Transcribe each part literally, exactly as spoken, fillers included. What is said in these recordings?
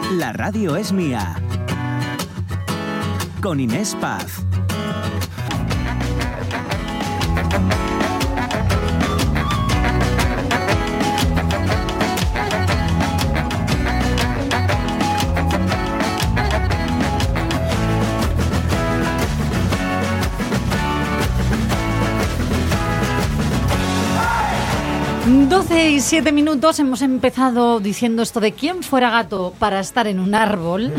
La radio es mía. Con Inés Paz. doce y siete minutos, hemos empezado diciendo esto de quién fuera gato para estar en un árbol.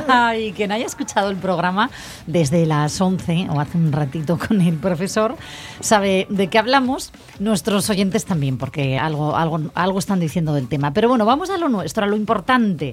Y quien haya escuchado el programa desde las once o hace un ratito con el profesor sabe de qué hablamos. Nuestros oyentes también, porque algo, algo, algo están diciendo del tema. Pero bueno, vamos a lo nuestro, a lo importante.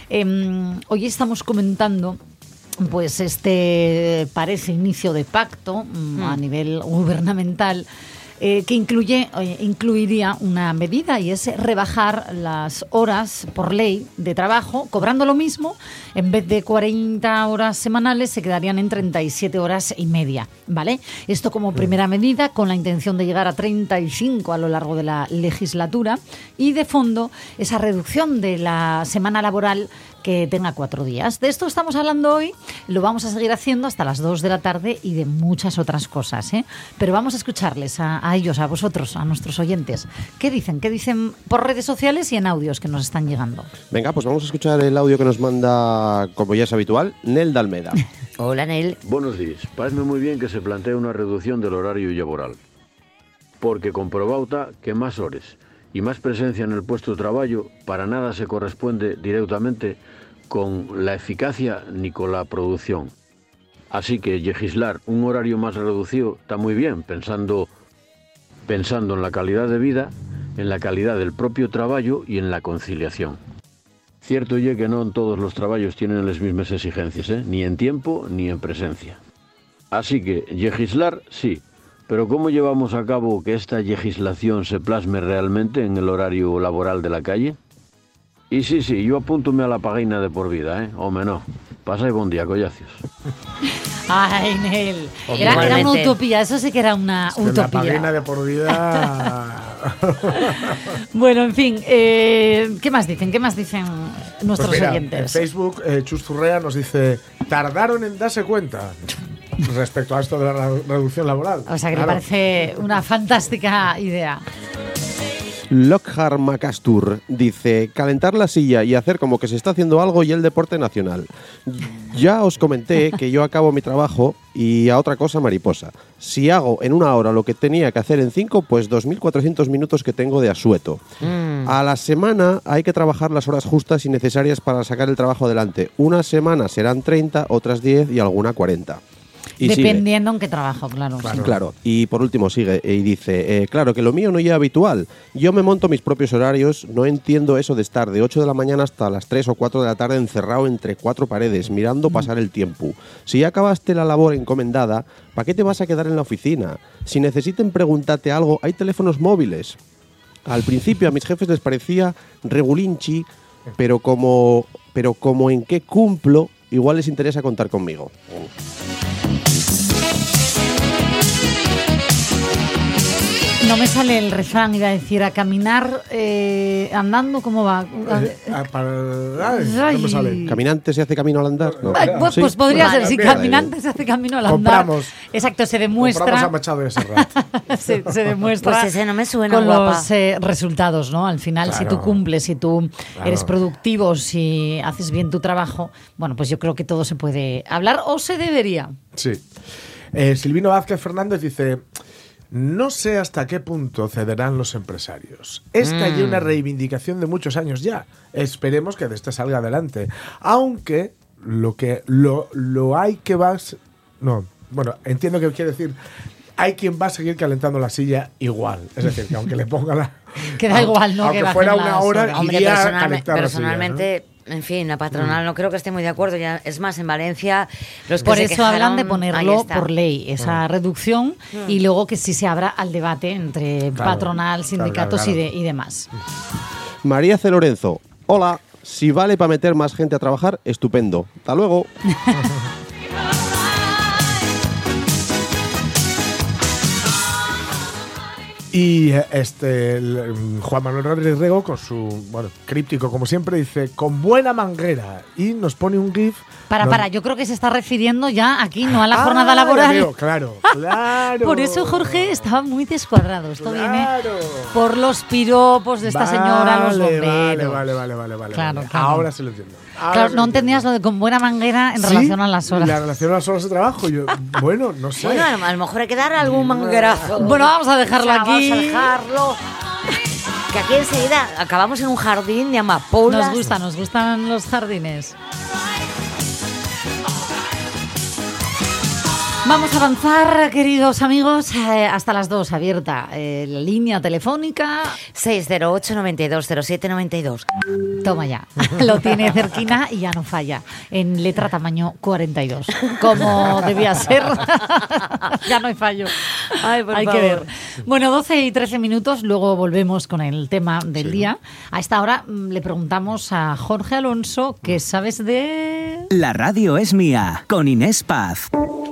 Eh, hoy estamos comentando pues este parece inicio de pacto mm. a nivel gubernamental. Eh, que incluye, eh, incluiría una medida, y es rebajar las horas por ley de trabajo, cobrando lo mismo. En vez de cuarenta horas semanales se quedarían en treinta y siete horas y media, ¿vale? Esto como primera medida, con la intención de llegar a treinta y cinco a lo largo de la legislatura, y de fondo esa reducción de la semana laboral que tenga cuatro días. De esto estamos hablando hoy, lo vamos a seguir haciendo hasta las dos de la tarde y de muchas otras cosas, ¿eh? Pero vamos a escucharles a, a ellos, a vosotros, a nuestros oyentes. ¿Qué dicen? ¿Qué dicen por redes sociales y en audios que nos están llegando? Venga, pues vamos a escuchar el audio que nos manda, como ya es habitual, Nel de Almeda. Hola, Nel. Buenos días. Parece muy bien que se plantee una reducción del horario laboral, porque comprobado está que más horas y más presencia en el puesto de trabajo para nada se corresponde directamente con la eficacia ni con la producción. Así que legislar un horario más reducido está muy bien, pensando, pensando en la calidad de vida, en la calidad del propio trabajo y en la conciliación. Cierto es que no en todos los trabajos tienen las mismas exigencias, ¿eh? Ni en tiempo ni en presencia. Así que legislar sí, pero ¿cómo llevamos a cabo que esta legislación se plasme realmente en el horario laboral de la calle? Y sí, sí, yo apúntome a la pagaina de por vida, ¿eh? Home, no. Pasáis buen día, collacios. Ay, Nel. Era, era una utopía, eso sí que era una es que utopía. La pagaina de por vida... Bueno, en fin, eh, ¿qué más dicen? ¿Qué más dicen nuestros pues mira, oyentes? En Facebook, eh, Chus Zurrea nos dice, tardaron en darse cuenta respecto a esto de la reducción laboral. O sea, que claro. me parece una fantástica idea. Lockhart Macastur dice, calentar la silla y hacer como que se está haciendo algo y el deporte nacional. Ya os comenté que yo acabo mi trabajo y a otra cosa mariposa. Si hago en una hora lo que tenía que hacer en cinco, pues dos mil cuatrocientos minutos que tengo de asueto. Mm. A la semana hay que trabajar las horas justas y necesarias para sacar el trabajo adelante. Una semana serán treinta, otras diez y alguna cuarenta. Y dependiendo sigue. En qué trabajo, claro. Claro, sí. Claro. Y por último sigue y dice, eh, claro, que lo mío no es habitual. Yo me monto mis propios horarios, no entiendo eso de estar de ocho de la mañana hasta las tres o cuatro de la tarde encerrado entre cuatro paredes, mirando mm. pasar el tiempo. Si ya acabaste la labor encomendada, ¿para qué te vas a quedar en la oficina? Si necesiten preguntarte algo, hay teléfonos móviles. Al principio a mis jefes les parecía regulinchi, pero como, pero como en qué cumplo, igual les interesa contar conmigo. No me sale el refrán, iba a decir, a caminar eh, andando, ¿cómo va? Eh, a, para, ay, no me sale. ¿Caminante se hace camino al andar? No. Ay, pues, ¿Sí? pues podría Vale, ser, si mira, caminante se hace camino al andar. Compramos. Exacto, se demuestra. Compramos a Machado de Serrat. se, se demuestra. Pues ese no me suena, con guapa. los eh, resultados, ¿no? Al final, claro. Si tú cumples, si tú claro. eres productivo, si haces bien tu trabajo, bueno, pues yo creo que todo se puede hablar o se debería. Sí. Eh, Silvino Vázquez Fernández dice... No sé hasta qué punto cederán los empresarios. Esta mm. ya una reivindicación de muchos años ya. Esperemos que de esta salga adelante. Aunque lo que lo, lo hay que va... No, bueno, entiendo que quiere decir... Hay quien va a seguir calentando la silla igual. Es decir, que aunque le ponga la... Que da igual, ¿no? Aunque que fuera una hora, Hombre, iría personalme, a calentar personalmente... la silla, ¿no? En fin, la patronal mm. no creo que esté muy de acuerdo. Ya, es más, en Valencia los que por se eso quejaron, hablan de ponerlo por ley, esa mm. reducción, mm. y luego que sí se abra al debate entre claro, patronal, sindicatos claro, claro, claro. Y, de, y demás. María C. Lorenzo, hola, si vale para meter más gente a trabajar, estupendo. Hasta luego. Y este el, Juan Manuel Rodríguez Rego, con su bueno críptico como siempre, dice con buena manguera y nos pone un gif. Para, no, para, yo creo que se está refiriendo ya aquí, no a la ah, jornada laboral. ya veo, claro, claro. Por eso Jorge estaba muy descuadrado. Esto claro. viene por los piropos de esta vale, señora a los bomberos. Vale, vale, vale, vale, vale. Claro, vale. claro. Ahora sí lo entiendo. Ahora Claro, sí no lo entendías entiendo. lo de con buena manguera en ¿Sí? relación a las horas. La relación a las horas de trabajo. Yo, bueno, no sé. Bueno, a lo mejor hay que dar algún manguerazo. Bueno, vamos a dejarlo O sea, aquí. Vamos a dejarlo. Que aquí enseguida acabamos en un jardín de amapolas. Nos gusta, nos gustan los jardines. Vamos a avanzar, queridos amigos, eh, hasta las dos, abierta eh, la línea telefónica. seis cero ocho, noventa y dos, cero siete, noventa y dos. Toma ya, lo tiene cerquina y ya no falla. En letra tamaño cuarenta y dos, como debía ser. Ya no hay fallo. Ay, por hay favor. que ver. Bueno, doce y trece minutos, luego volvemos con el tema del Sí. día. A esta hora mm, le preguntamos a Jorge Alonso qué sabes de... La radio es mía, con Inés Paz.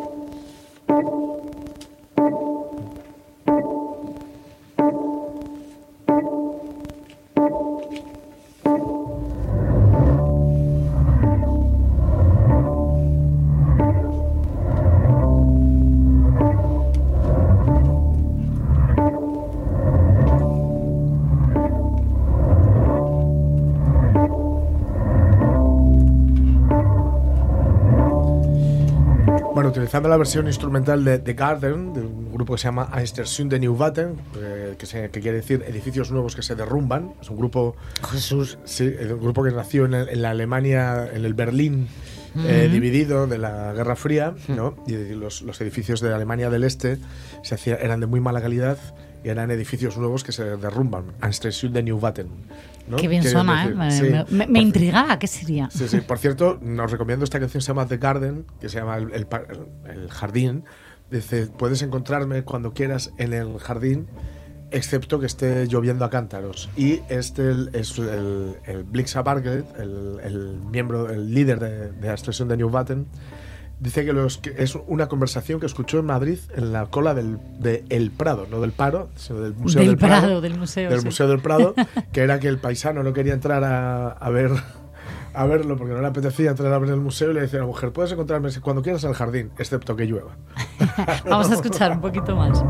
Bueno, utilizando la versión instrumental de The Garden, de un grupo que se llama Einstersund New Watten, eh, que, se, que quiere decir edificios nuevos que se derrumban. Es un grupo, Jesús. sí, es un grupo que nació en, el- en la Alemania, en el Berlín eh, dividido de la Guerra Fría, ¿no? Y los, los edificios de Alemania del Este se hacía, eran de muy mala calidad y eran edificios nuevos que se derrumban. Einstersund New Watten, ¿no? Qué bien Quiere suena, ¿eh? decir- Me, sí. me- me- me Por- intrigaba, ¿qué sería? Sí, sí. Por cierto, os recomiendo esta canción, se llama The Garden, que se llama el, el par- el jardín. Dice, puedes encontrarme cuando quieras en el jardín, excepto que esté lloviendo a cántaros. Y este el- es el, el Blixa Barget, el, el miembro, el líder de, de Einstersund New Watten, dice que, los, que es una conversación que escuchó en Madrid en la cola del de El Prado, no del Paro, sino del Museo Del del, Prado, Prado, del museo, del sí. Museo del Prado, que era que el paisano no quería entrar a, a ver a verlo porque no le apetecía entrar a ver el museo y le decía a la mujer, puedes encontrarme cuando quieras al jardín, excepto que llueva. Vamos a escuchar un poquito más.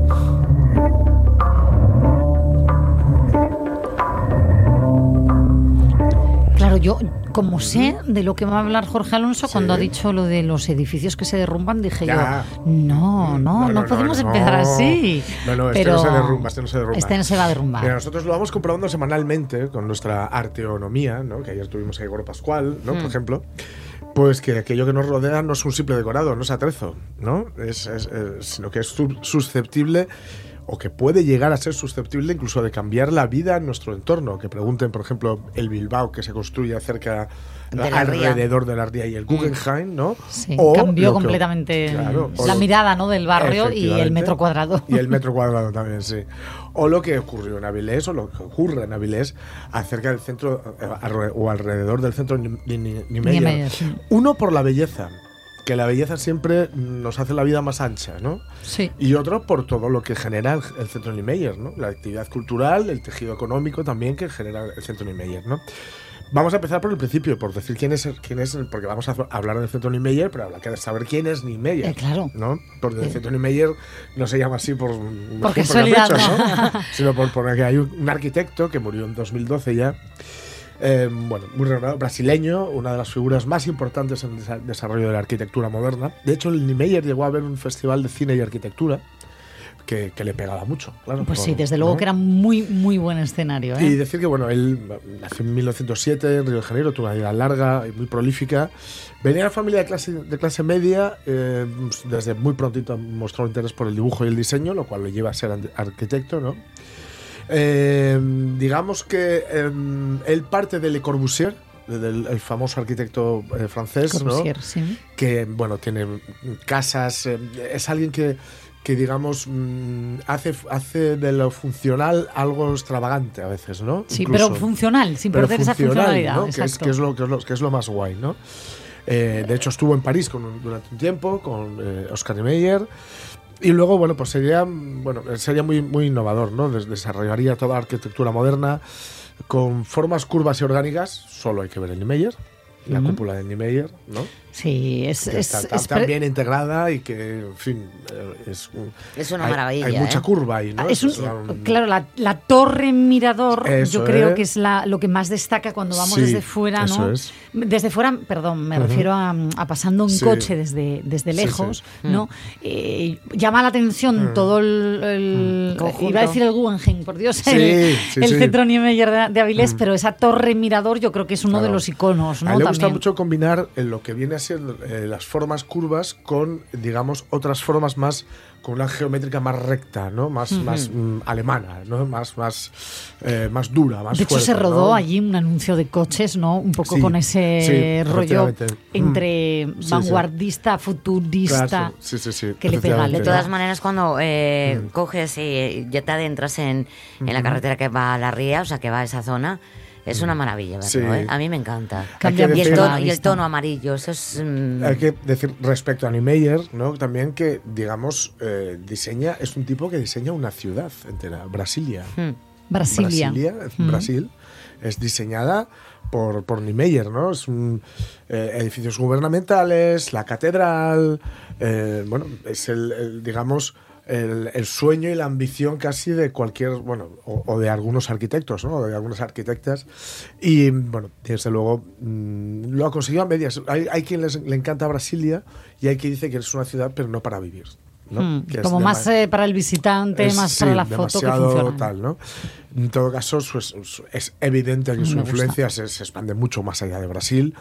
Claro, yo, como sé de lo que va a hablar Jorge Alonso, Sí. cuando ha dicho lo de los edificios que se derrumban, dije Ya. yo, no, no, no, podemos no. empezar así. No, no, este Pero no se derrumba, este no se derrumba. Este no se va a derrumbar. Mira, nosotros lo vamos comprobando semanalmente con nuestra arteonomía, ¿no? Que ayer tuvimos a Igor Pascual, ¿no? Hmm. Por ejemplo. Pues que aquello que nos rodea no es un simple decorado, no es atrezo, ¿no? Es, es- es- sino que es su- susceptible o que puede llegar a ser susceptible incluso de cambiar la vida en nuestro entorno. Que pregunten, por ejemplo, el Bilbao que se construye cerca De la ría. alrededor de la ría y el Guggenheim, ¿no? Sí, O cambió lo que- completamente claro, o la lo- mirada, ¿no? del barrio y el Efectivamente. metro cuadrado. Y el metro cuadrado también, sí. O lo que ocurrió en Avilés, o lo que ocurre en Avilés, acerca del centro, eh, arre- o alrededor del centro Ni- Ni- Ni- Niemeyer. Niemeyer, sí. Uno por la belleza, que la belleza siempre nos hace la vida más ancha, ¿no? Sí. Y otro por todo lo que genera el, el centro Niemeyer, ¿no? La actividad cultural, el tejido económico también que genera el centro Niemeyer, ¿no? Vamos a empezar por el principio, por decir quién es, quién es porque vamos a hablar del centro Niemeyer, pero habrá que saber quién es Niemeyer. Eh, claro. ¿No? Porque el Eh. centro Niemeyer no se llama así por, Por por casualidad, capricho, ¿no? sino por, porque hay un, un arquitecto que murió en dos mil doce ya, eh, bueno, muy renombrado, brasileño, una de las figuras más importantes en el desa- desarrollo de la arquitectura moderna. De hecho, el Niemeyer llegó a ver un festival de cine y arquitectura que, que le pegaba mucho, claro. Pues por- sí, desde luego ¿no? que era muy, muy buen escenario. ¿eh? Y decir que, bueno, él nació en mil novecientos siete en Río de Janeiro, tuvo una vida larga y muy prolífica. Venía de una familia de clase, de clase media, eh, desde muy prontito mostró interés por el dibujo y el diseño, lo cual lo lleva a ser an- arquitecto, ¿no? Eh, digamos que eh, él parte de Le Corbusier, del el famoso arquitecto eh, francés, ¿no? Corbusier, sí. Que, bueno, tiene casas, eh, es alguien que, que digamos, mm, hace, hace de lo funcional algo extravagante a veces, ¿no? Sí, Incluso. pero funcional, sin Pero perder esa funcional, funcionalidad. ¿no? Que, es, exacto. que, es lo, que, es lo, que es lo más guay, ¿no? Eh, de hecho, estuvo en París con un- durante un tiempo con eh, Oscar Niemeyer Y luego, bueno, pues sería, bueno, sería muy, muy innovador, ¿no? Des- desarrollaría toda arquitectura moderna con formas curvas y orgánicas. Solo hay que ver el Niemeyer, la Ujú. cúpula del Niemeyer, ¿no? Sí, es, Que es, está tan, es tan pre- bien integrada y que, en fin, eh, es, un- Es una hay- maravilla, Hay mucha ¿eh? curva ahí, ¿no? Es un- una- claro, la, la torre mirador, Eso yo creo es. que es la, lo que más destaca cuando vamos Sí, desde fuera, eso ¿no? es. Desde fuera, perdón, me refiero a, a pasando un Sí. coche desde, desde Sí, lejos, sí. ¿no? Eh, llama la atención todo el, el- Conjunto. iba a decir el Guggenheim, por Dios, Sí, el, sí, el sí. centro Niemeyer de, de Avilés, pero esa torre mirador yo creo que es uno Claro. de los iconos, ¿no? A él le gusta También. mucho combinar eh, lo que viene a ser eh, las formas curvas con, digamos, otras formas más con una geométrica más recta, ¿no? Más, más mm, alemana, ¿no? Más, más, eh, más dura, más De hecho, fuerte, se rodó ¿no? allí un anuncio de coches, ¿no? Un poco Sí, con ese sí, rollo efectivamente. entre Mm. Sí, vanguardista, futurista. Claro, sí, sí, sí, que le pega al De efectivamente. todas maneras, cuando eh, coges y ya te adentras en, en la carretera que va a la ría, o sea, que va a esa zona, es una maravilla verlo, Sí. ¿eh? A mí me encanta. Cambia Hay que Y el, decir- tono, la y el vista. tono amarillo, eso es... mm, Hay que decir respecto a Niemeyer, ¿no? También que, digamos, eh, diseña, es un tipo que diseña una ciudad entera, Brasilia. mm. Brasilia. Brasilia, Mm. Brasil, es diseñada por, por Niemeyer, ¿no? Es un, eh, edificios gubernamentales, la catedral, eh, bueno, es el, el, digamos, el, el sueño y la ambición casi de cualquier, bueno, o, o de algunos arquitectos, ¿no? O de algunas arquitectas. Y, bueno, desde luego, mmm, lo ha conseguido a medias. Hay, hay quien les, le encanta Brasilia y hay quien dice que es una ciudad, pero no para vivir, ¿no? Mm, Que es como dema- más eh, para el visitante, es, más sí, para la foto que demasiado funciona. tal, ¿no? En todo caso, su- su- es evidente que Me su gusta. influencia se, se expande mucho más allá de Brasil.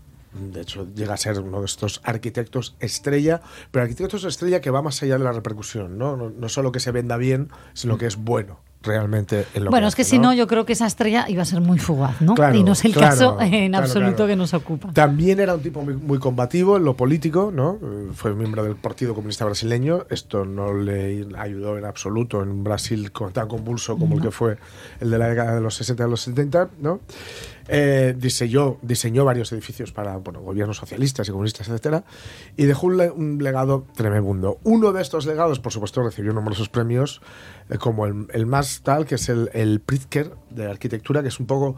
De hecho, llega a ser uno de estos arquitectos estrella, pero arquitectos estrella que va más allá de la repercusión, ¿no? No, no solo que se venda bien, sino que es bueno realmente en lo Bueno, que es que hace, si no, yo creo que esa estrella iba a ser muy fugaz, ¿no? Claro, y no es el claro, caso en claro, absoluto claro. que nos ocupa. También era un tipo muy, muy combativo en lo político, ¿no? Eh, Fue miembro del Partido Comunista Brasileño. Esto no le ayudó en absoluto en un Brasil con- tan convulso como el que fue el de la década de los sesenta y los setenta, ¿no? Eh, diseñó, diseñó varios edificios para bueno, gobiernos socialistas y comunistas, etcétera, y dejó un, le- un legado tremendo. Uno de estos legados, por supuesto, recibió numerosos premios, eh, como el, el más tal, que es el, el Pritzker de arquitectura, que es un poco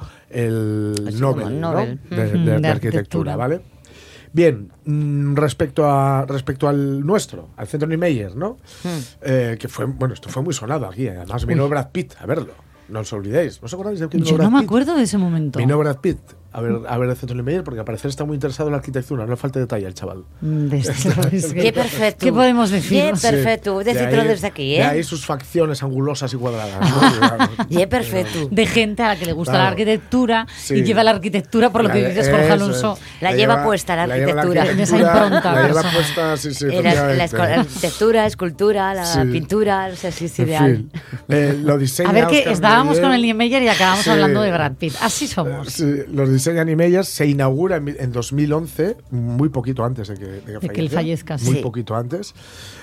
el Así Nobel, como el ¿no? Nobel. de, de- Ujú, de de arquitectura, arquitectura. ¿vale? Bien, mm, respecto a respecto al nuestro, al Centro Niemeyer, ¿no? Eh, que fue, bueno, esto fue muy sonado aquí, además vino Brad Pitt a verlo, no os olvidéis, ¿no os acordáis de que vino Yo Brad no me Pitt? acuerdo de ese momento. Vino Brad Pitt a ver, a ver el Centro Niemeyer porque al parecer está muy interesado en la arquitectura, no le falta detalle al chaval. Mm, desde luego, es que- Qué perfecto. ¿Qué podemos decir? Qué perfecto. Sí. Decírtelo ahí- desde aquí, De ahí ¿eh? sus facciones angulosas y cuadradas. ¿no? Qué perfecto. De gente a la que le gusta Claro. la arquitectura Sí. y lleva la arquitectura, por lo que La- dices, Jorge eso Alonso. es. La lleva puesta la la lleva arquitectura. En esa impronta La lleva personal. puesta, sí, sí. Eh, la, la efectivamente. esco- la arquitectura, escultura, la Sí. pintura, o sea, sí, es En ideal. fin, eh, lo diseña A ver, que Oscar estábamos Niemeyer. con el Niemeyer y acabamos Sí. hablando de Brad Pitt. Así somos. Sí, los diseña Niemeyer, se inaugura en, en dos mil once, muy poquito antes de que, de que, De que él fallezca, Muy sí. poquito antes.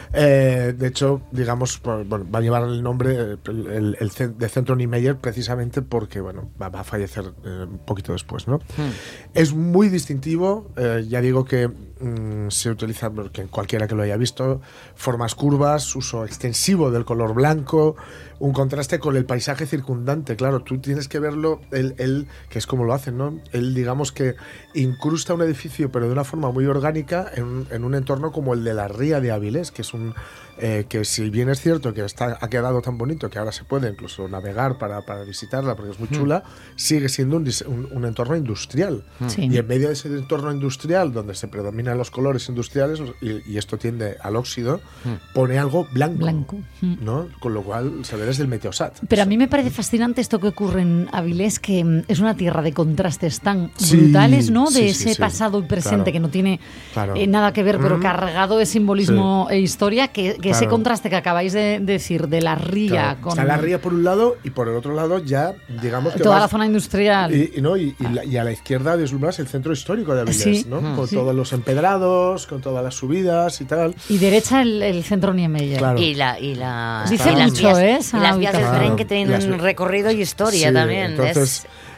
Eh, de hecho, digamos, por- bueno, va a llevar el nombre eh, el, el cen- de Centro Niemeyer precisamente porque bueno, va, va a fallecer eh, un poquito después, ¿no? Es muy distintivo, eh, ya digo que mm, se utiliza, porque cualquiera que lo haya visto, formas curvas, uso extensivo del color blanco, un contraste con el paisaje circundante. Claro, tú tienes que verlo, él, él, que es como lo hacen, ¿no? Él, digamos que incrusta un edificio, pero de una forma muy orgánica, en, un- en un entorno como el de la Ría de Avilés, que es un eh, que si bien es cierto que está, ha quedado tan bonito que ahora se puede incluso navegar para, para visitarla porque es muy chula, sigue siendo un, dise- un- un entorno industrial. Sí. Y en medio de ese entorno industrial, donde se predominan los colores industriales, y, y esto tiende al óxido, pone algo blanco. Blanco. Mm. ¿no? Con lo cual se ve desde el Meteosat. Pero a mí me parece fascinante esto que ocurre en Avilés, que mm, es una tierra de contrastes tan Sí, brutales, ¿no? De sí, sí, ese sí. pasado y presente Claro. que no tiene Claro. eh, nada que ver, pero Mm. cargado de simbolismo e historia, que, que ese Claro. contraste que acabáis de decir de la ría Claro, con Está la ría por un lado y por el otro lado ya, digamos que toda vas- la zona industrial. Y, y no, y, y la- y a la izquierda vislumbras el centro histórico de Avilés, Sí, ¿no? mm, Con sí. todos los empedrados, con todas las subidas y tal. Y derecha el, el centro Niemeyer. Claro. Y, la, y, la, Dice y las mucho, vías, ¿eh? y esa las vías del ubicación. tren que tienen Las- recorrido y historia Sí, también. Entonces, es,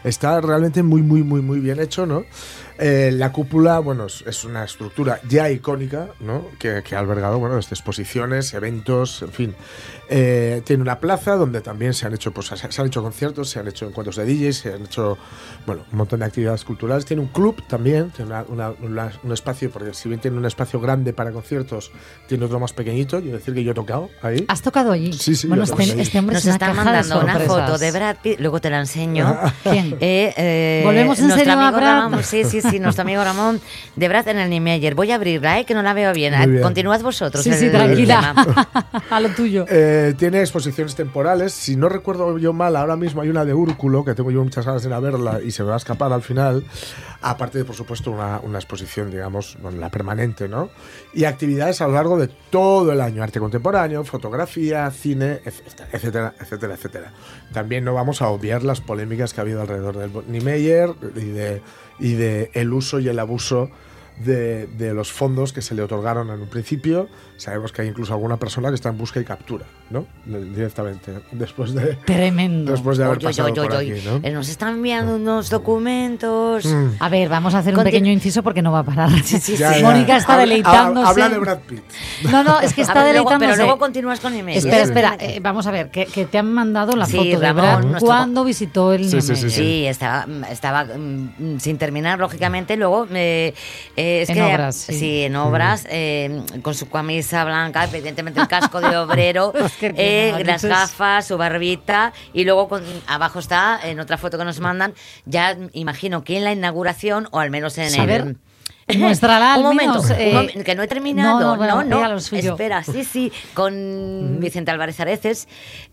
Está realmente muy, muy, muy, muy bien hecho, ¿no? Eh, la cúpula, bueno, es, es una estructura ya icónica, ¿no? Que, que ha albergado, bueno, desde exposiciones, eventos, en fin. Eh, tiene una plaza donde también se han hecho, pues, se han hecho conciertos, se han hecho encuentros de D Js, se han hecho, bueno, un montón de actividades culturales. Tiene un club también, tiene una, una, una, un espacio, porque si bien tiene un espacio grande para conciertos, tiene otro más pequeñito. Yo decir que yo he tocado ahí. ¿Has tocado allí? Sí, sí. Bueno, yo este, allí. este hombre Nos es una están caja de mandando una sorpresas. foto de Brad Pitt, luego te la enseño. ¿Quién? Eh, eh, ¿Volvemos en nuestro serio a amigo Brad? Ramón, sí, sí, sí, nuestro amigo Ramón de Brad en el Niemeyer. Voy a abrirla, eh, que no la veo bien. Muy bien. Continuad vosotros. Sí, el- sí, el tranquila. tema. A lo tuyo. Eh, tiene exposiciones temporales. Si no recuerdo yo mal, ahora mismo hay una de Úrculo, que tengo yo muchas ganas de ir a verla y se me va a escapar al final. Aparte de, por supuesto, una, una exposición, digamos, bueno, la permanente, ¿no? Y actividades a lo largo de todo el año. Arte contemporáneo, fotografía, cine, etcétera, etcétera, etcétera. También no vamos a obviar las polémicas que ha habido alrededor del Niemeyer y de, y de el uso y el abuso de, de los fondos que se le otorgaron en un principio. Sabemos que hay incluso alguna persona que está en busca y captura, ¿no? Directamente, después de, Tremendo. después de haber Oy, oy, pasado oy, por oy, aquí, oy. ¿no? Eh, Nos están enviando unos documentos. Mm. A ver, vamos a hacer un Continu- pequeño inciso porque no va a parar. Sí, sí, Ya, sí. ya. Mónica está Habla- deleitándose. Habla de Brad Pitt. No, no, es que A está ver, luego- deleitándose. pero luego continúas con Niemeyer. Espera, Sí. espera, eh, vamos a ver, que, que te han mandado la Sí, foto de Ramón, Brad nuestro- cuando visitó el Sí, sí, Niemeyer. sí, Sí, estaba, estaba mm, sin terminar, lógicamente. Luego, eh, eh, es En que, obras, sí. en obras, eh, con su camisa blanca, evidentemente el casco de obrero, Es que eh, qué las narices. gafas, su barbita, y luego con- abajo está, en otra foto que nos mandan, ya imagino que en la inauguración, o al menos en Sí. A el... ver, muéstrala al un momento, menos, eh, un momen- que no he terminado, no, no, no, no, ella lo suyo. espera, sí, sí, con Vicente Álvarez Areces,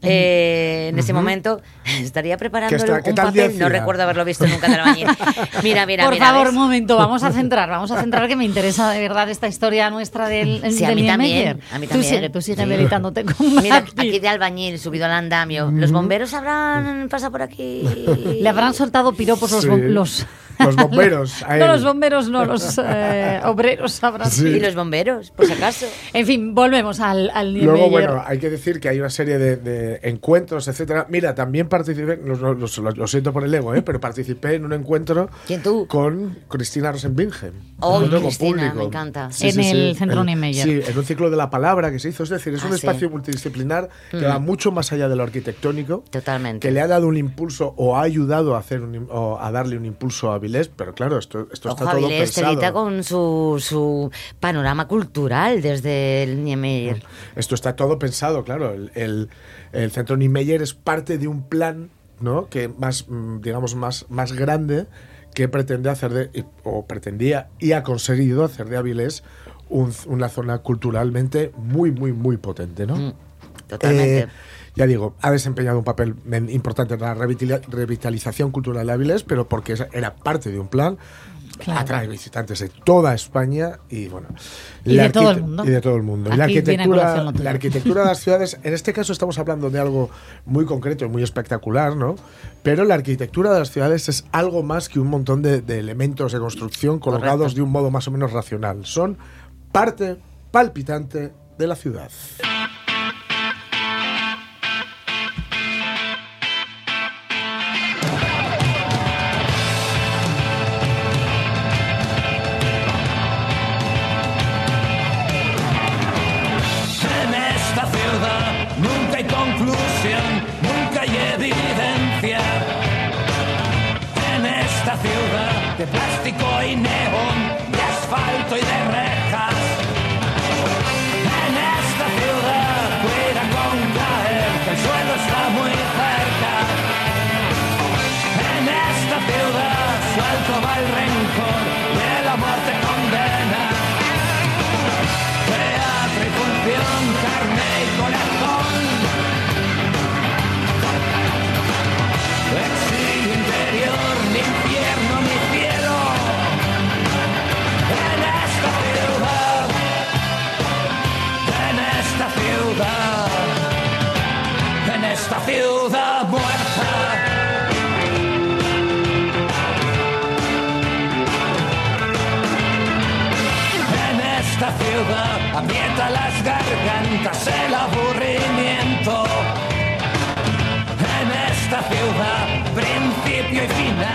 eh, en ese momento estaría preparando ¿Qué está- un qué tal día papel, no hacía? recuerdo haberlo visto nunca en el albañil. Mira, mira, Por mira. favor, ¿ves? un momento, vamos a centrar, vamos a centrar que me interesa de verdad esta historia nuestra del, Sí, a del mí Niemeyer. también, a mí Tú también. sigue, tú sigue deleitándote con Mira, Brad Pitt. aquí de albañil, subido al andamio. ¿Los bomberos habrán pasado por aquí? Le habrán soltado piropos los, Sí. bom- los, Los bomberos. a no él. los bomberos, no los eh, obreros habrán Sí. ¿Y los bomberos, por si acaso? En fin, volvemos al, al Niemeyer. Luego, bueno, hay que decir que hay una serie de, de encuentros, etcétera. Mira, también participé, lo, lo- lo- lo siento por el ego, ¿eh? pero participé en un encuentro ¿Quién, tú? con Cristina Rosenbingen. Oh, Un encuentro con Cristina, público. me encanta. En el Centro En- Niemeyer. Sí, en un ciclo de la palabra que se hizo. Es decir, es Ah, un sí. espacio multidisciplinar que Mm. va mucho más allá de lo arquitectónico. Totalmente. Que le ha dado un impulso o ha ayudado a hacer un, im- o a darle un impulso a Avilés, pero claro, esto, esto Ojo, está todo Avilés pensado. Telita con su, su panorama cultural desde el Niemeyer. Esto está todo pensado, claro. El, el, el Centro Niemeyer es parte de un plan, ¿no? Que más, mm, digamos, más, más grande que pretende hacer de, y- o pretendía y ha conseguido hacer de Avilés un- una zona culturalmente muy, muy, muy potente, ¿no? Mm, totalmente. Eh, ya digo, ha desempeñado un papel men- importante en la revitali- revitalización cultural de Avilés, pero porque esa- era parte de un plan. Claro. Atrae visitantes de toda España y bueno Y la de todo el arquite- mundo. y de todo el mundo. Y la Aquí viene a arquitectura, colación lo tuyo. la arquitectura de las ciudades, en este caso estamos hablando de algo muy concreto y muy espectacular, ¿no? Pero la arquitectura de las ciudades es algo más que un montón de, de elementos de construcción colocados Correcto. de un modo más o menos racional. Son parte palpitante de la ciudad. En esta ciudad nunca hay conclusión, nunca hay evidencia. En esta ciudad de plástico y neón, de asfalto y de rejas. En esta ciudad cuida con caer, que el suelo está muy cerca. En esta ciudad suelto va el rencor y la muerte condena. Teatro y función, carne y corazón. Exilio interior, ni infierno ni cielo. En esta ciudad, en esta ciudad, en esta ciudad muerta. En esta ciudad aprieta las gargantas el aburrimiento. En esta ciudad, principio y final.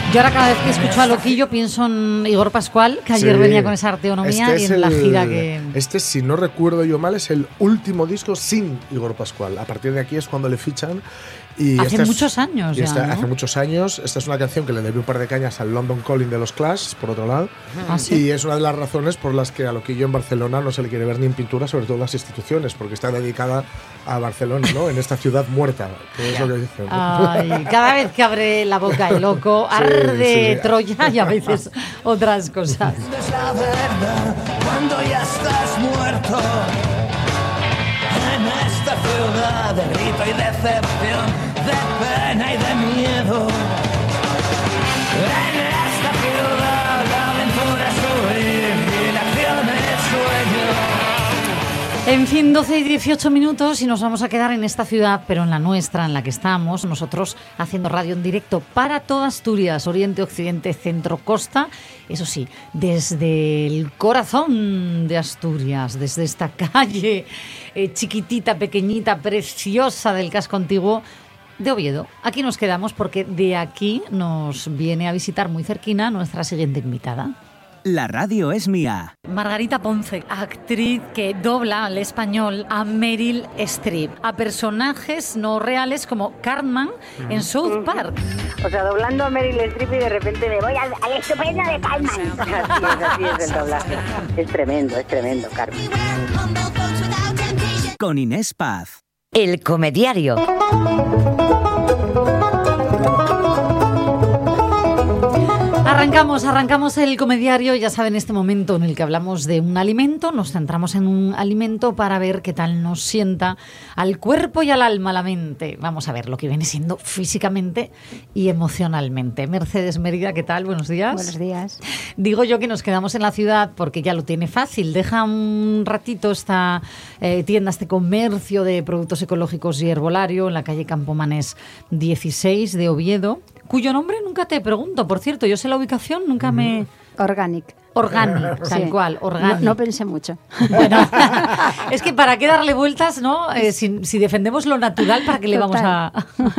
Yo ahora cada vez que escucho a Loquillo pienso en Igor Pascual, que ayer Sí. venía con esa arteonomía Este y es en la el- gira que... Este, si no recuerdo yo mal, es el último disco sin Igor Pascual. A partir de aquí es cuando le fichan. Y Hace esta es- muchos años y ya, esta- ¿no? Hace muchos años. Esta es una canción que le debió un par de cañas al London Calling de los Clash, por otro lado. Ah, ¿sí? Y es una de las razones por las que a Loquillo en Barcelona no se le quiere ver ni en pintura, sobre todo en las instituciones, porque está dedicada a Barcelona, ¿no? En esta ciudad muerta, que es lo que dicen. Ay, cada vez que abre la boca el loco, Sí, arde sí. Troya y a veces otras cosas. Es la verdad cuando ya estás muerto. En esta ciudad de grito y decepción, de pena y de miedo. En esta ciudad la aventura es huir y la acción es sueño. En fin, doce y dieciocho minutos y nos vamos a quedar en esta ciudad, pero en la nuestra, en la que estamos, nosotros haciendo radio en directo para toda Asturias, Oriente, Occidente, Centro, Costa. Eso sí, desde el corazón de Asturias, desde esta calle eh, chiquitita, pequeñita, preciosa del casco antiguo de Oviedo. Aquí nos quedamos porque de aquí nos viene a visitar muy cerquina nuestra siguiente invitada. La radio es mía. Margarita Ponce, actriz que dobla al español a Meryl Streep, a personajes no reales como Cartman en South Park. O sea, doblando a Meryl Streep y de repente me voy al, al estupendo de Carmen. Así es, así es el doblaje. Es tremendo, es tremendo, Carmen. Con Inés Paz. El comediario. Arrancamos, arrancamos el comediario, ya saben, este momento en el que hablamos de un alimento, nos centramos en un alimento para ver qué tal nos sienta al cuerpo y al alma, a la mente. Vamos a ver lo que viene siendo físicamente y emocionalmente. Mercedes Mérida, ¿qué tal? Buenos días. Buenos días. Digo yo que nos quedamos en la ciudad porque ya lo tiene fácil. Deja un ratito esta eh, tienda, este comercio de productos ecológicos y herbolario en la calle Campomanes dieciséis de Oviedo, cuyo nombre nunca te pregunto, por cierto. Yo sé la ubicación, nunca me... Organic. Organic, tal Sí. cual, organic. No, no pensé mucho. Bueno, es que para qué darle vueltas, ¿no? Eh, si, si defendemos lo natural, ¿para qué le vamos a,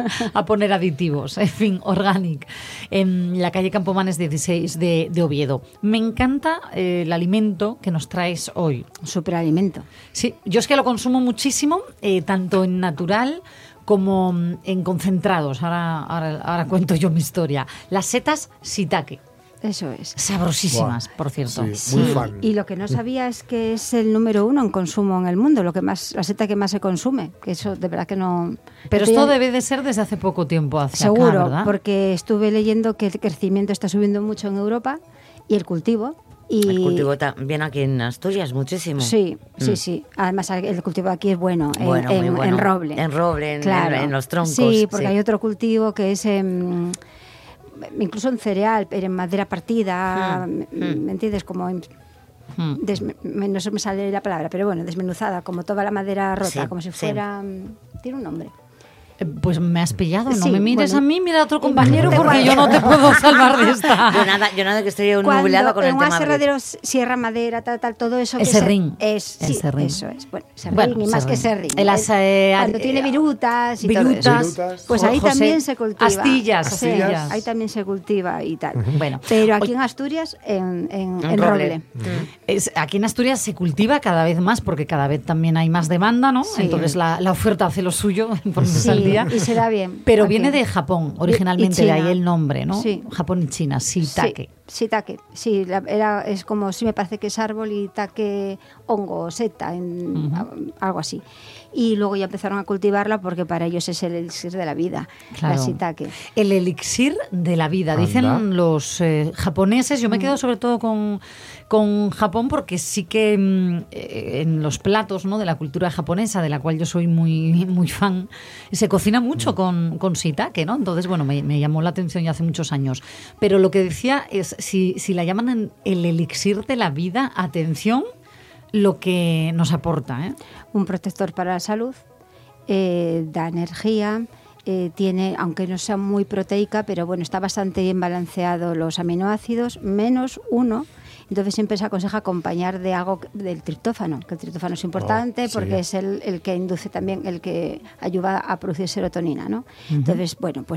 a poner aditivos? En fin, organic. En la calle Campomanes dieciséis de, de Oviedo. Me encanta eh, el alimento que nos traes hoy. Superalimento. Sí, yo es que lo consumo muchísimo, eh, tanto en natural como en concentrados. Ahora, ahora, ahora cuento yo mi historia. Las setas shiitake. Eso es. Sabrosísimas, Buah, por cierto. sí, muy fan. Y lo que no sabía es que es el número uno en consumo en el mundo, lo que más, la seta que más se consume, que eso de verdad que no... Pero Esto esto ya- debe de ser desde hace poco tiempo hacia acá, Seguro, ¿verdad? porque estuve leyendo que el crecimiento está subiendo mucho en Europa y el cultivo. Y El cultivo también aquí en Asturias, muchísimo. Sí, sí, Mm. sí. Además, el cultivo aquí es bueno, en, Bueno, muy en- bueno. en roble. En roble, en- Claro. en- en los troncos, Sí, porque sí. hay otro cultivo que es em, incluso en cereal, pero en madera partida, Mm, ¿me, mm. me entiendes? Como en- Hmm. desme- me- no se me sale la palabra, pero bueno, desmenuzada, como toda la madera rota, Sí, como si sí. fuera... mm, Tiene un nombre. Eh, Pues me has pillado, no Sí, me mires bueno. a mí, mira a otro compañero Da porque igual. yo no te puedo salvar de Yo esta. nada, yo nada que estoy Cuando nublada con el en un tema. aserradero sierra madera, tal, tal, todo eso... El que se- serrín. Es, El sí, serrín. eso es. Bueno, serrín Bueno, y más que serrín. serrín. En las, eh, Cuando eh, tiene virutas y virutas, todo eso. Virutas. Pues ahí José, también se cultiva. astillas, Sí, astillas. ahí también se cultiva y tal. Bueno, Pero aquí oye- en Asturias, en, en, En en roble. roble. Es- aquí en Asturias se cultiva cada vez más porque cada vez también hay más demanda, ¿no? Sí. Entonces la, la oferta hace lo suyo por meses Sí, al día. y se da bien. Pero Aquí. viene de Japón, originalmente, Y- y de ahí China. el nombre, ¿no? Sí. Japón y China, shiitake. Sí, shiitake. Sí, la- era, es como, sí me parece que es árbol y taque hongo o seta, en, Ujú. a- algo así. Y luego ya empezaron a cultivarla porque para ellos es el elixir de la vida, Claro. la shiitake. El elixir de la vida, dicen Anda. los eh, japoneses. Yo me Mm. quedo sobre todo con, con Japón porque sí que mm, eh, en los platos, ¿no?, de la cultura japonesa, de la cual yo soy muy, muy fan, se cocina Mm. mucho con, con shiitake, ¿no? Entonces, bueno, me, me llamó la atención ya hace muchos años. Pero lo que decía es, si, si la llaman en el elixir de la vida, atención lo que nos aporta, ¿eh? Un protector para la salud, eh, da energía, eh, tiene, aunque no sea muy proteica, pero bueno, está bastante bien balanceado los aminoácidos, menos uno. Entonces siempre se aconseja acompañar de algo que- del triptófano, que el triptófano es importante Oh, sí. porque es el, el que induce también, el que ayuda a producir serotonina, ¿no? Entonces, bueno, pues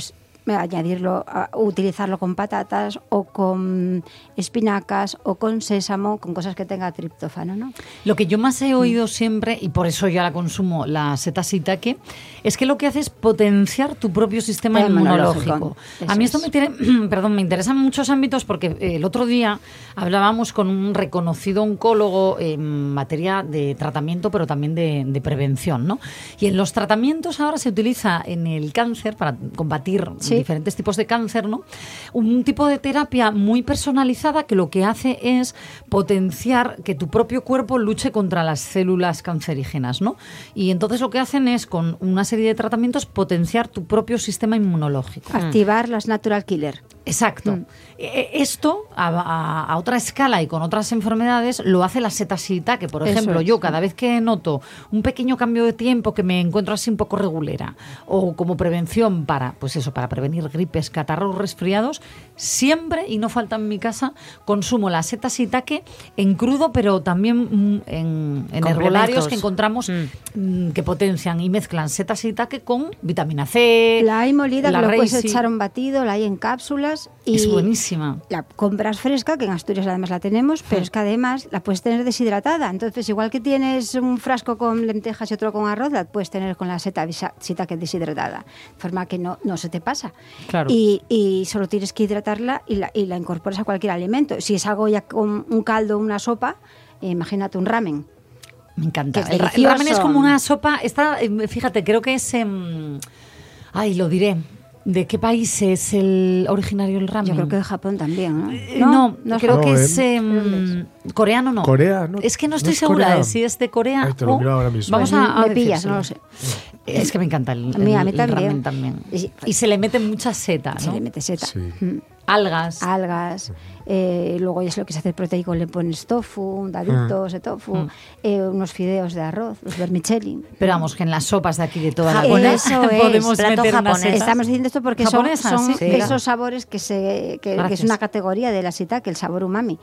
añadirlo, a, utilizarlo con patatas o con espinacas o con sésamo, con cosas que tenga triptófano, ¿no? Lo que yo más he oído siempre, y por eso yo la consumo, la seta shiitake, es que lo que hace es potenciar tu propio sistema El inmunológico. inmunológico. A mí esto Eso me, tiene, perdón, me interesa en muchos ámbitos porque el otro día hablábamos con un reconocido oncólogo en materia de tratamiento, pero también de, de prevención, ¿no? Y en los tratamientos ahora se utiliza en el cáncer, para combatir Sí. diferentes tipos de cáncer, ¿no? Un tipo de terapia muy personalizada que lo que hace es potenciar que tu propio cuerpo luche contra las células cancerígenas, ¿no? Y entonces lo que hacen es, con una serie de tratamientos, potenciar tu propio sistema inmunológico. Activar las natural killer. Exacto. Mm. Eh, Esto, a, a- a otra escala y con otras enfermedades, lo hace la seta shiitake. Por Eso ejemplo, es. yo cada vez que noto un pequeño cambio de tiempo, que me encuentro así un poco regulera, o como prevención para, pues eso, para prevenir gripes, catarros, resfriados, siempre, y no falta en mi casa, consumo la seta shiitake en crudo, pero también mm, en, en herbolarios que encontramos mm, que potencian y mezclan seta shiitake con vitamina C. La hay molida, la que lo puedes reishi. echar a un batido, la hay en cápsulas. Y Es buenísima. la compras fresca, que en Asturias además la tenemos, pero es que además la puedes tener deshidratada. Entonces, igual que tienes un frasco con lentejas y otro con arroz, la puedes tener con la seta shiitake deshidratada, de forma que no, no se te pasa. Claro. Y, y solo tienes que hidratarla y la, y la incorporas a cualquier alimento. Si es algo ya con un caldo o una sopa, eh, imagínate un ramen. Me encanta. Que es El, ra- el delicioso. ramen es como una sopa. Está, eh, fíjate, creo que es. em, ay, lo diré. ¿De qué país es el originario el ramen? Yo creo que de Japón también, ¿no? Eh, No, no es creo No, que ¿eh? es em, coreano, no. Corea, ¿no? Es que no ¿No estoy es segura Corea? de si es de Corea Ay, te lo o- miro ahora mismo. Vamos Pues a, a me pillas, decírselo. no lo sé. Es que me encanta el, A mí- a el- mí el también. ramen también. Y- Y se le mete mucha seta, Se ¿no? le mete seta. Sí. Mm. Algas. Algas, eh, luego ya es lo que se hace proteico, le pones tofu, daditos de tofu, Mm. eh, unos fideos de arroz, los vermicelli. Pero vamos, que en las sopas de aquí de toda la Eso vida es. podemos Plato meter unas japonés. setas. Estamos diciendo esto porque son, Japonesas, son sí. esos sabores que se que, que Gracias. es una categoría de la shiitake, el sabor umami,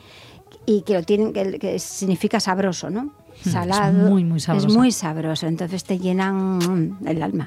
y que lo tienen que, que significa sabroso, ¿no? Salado. muy, muy sabroso. Es muy sabroso, entonces te llenan mm, el alma.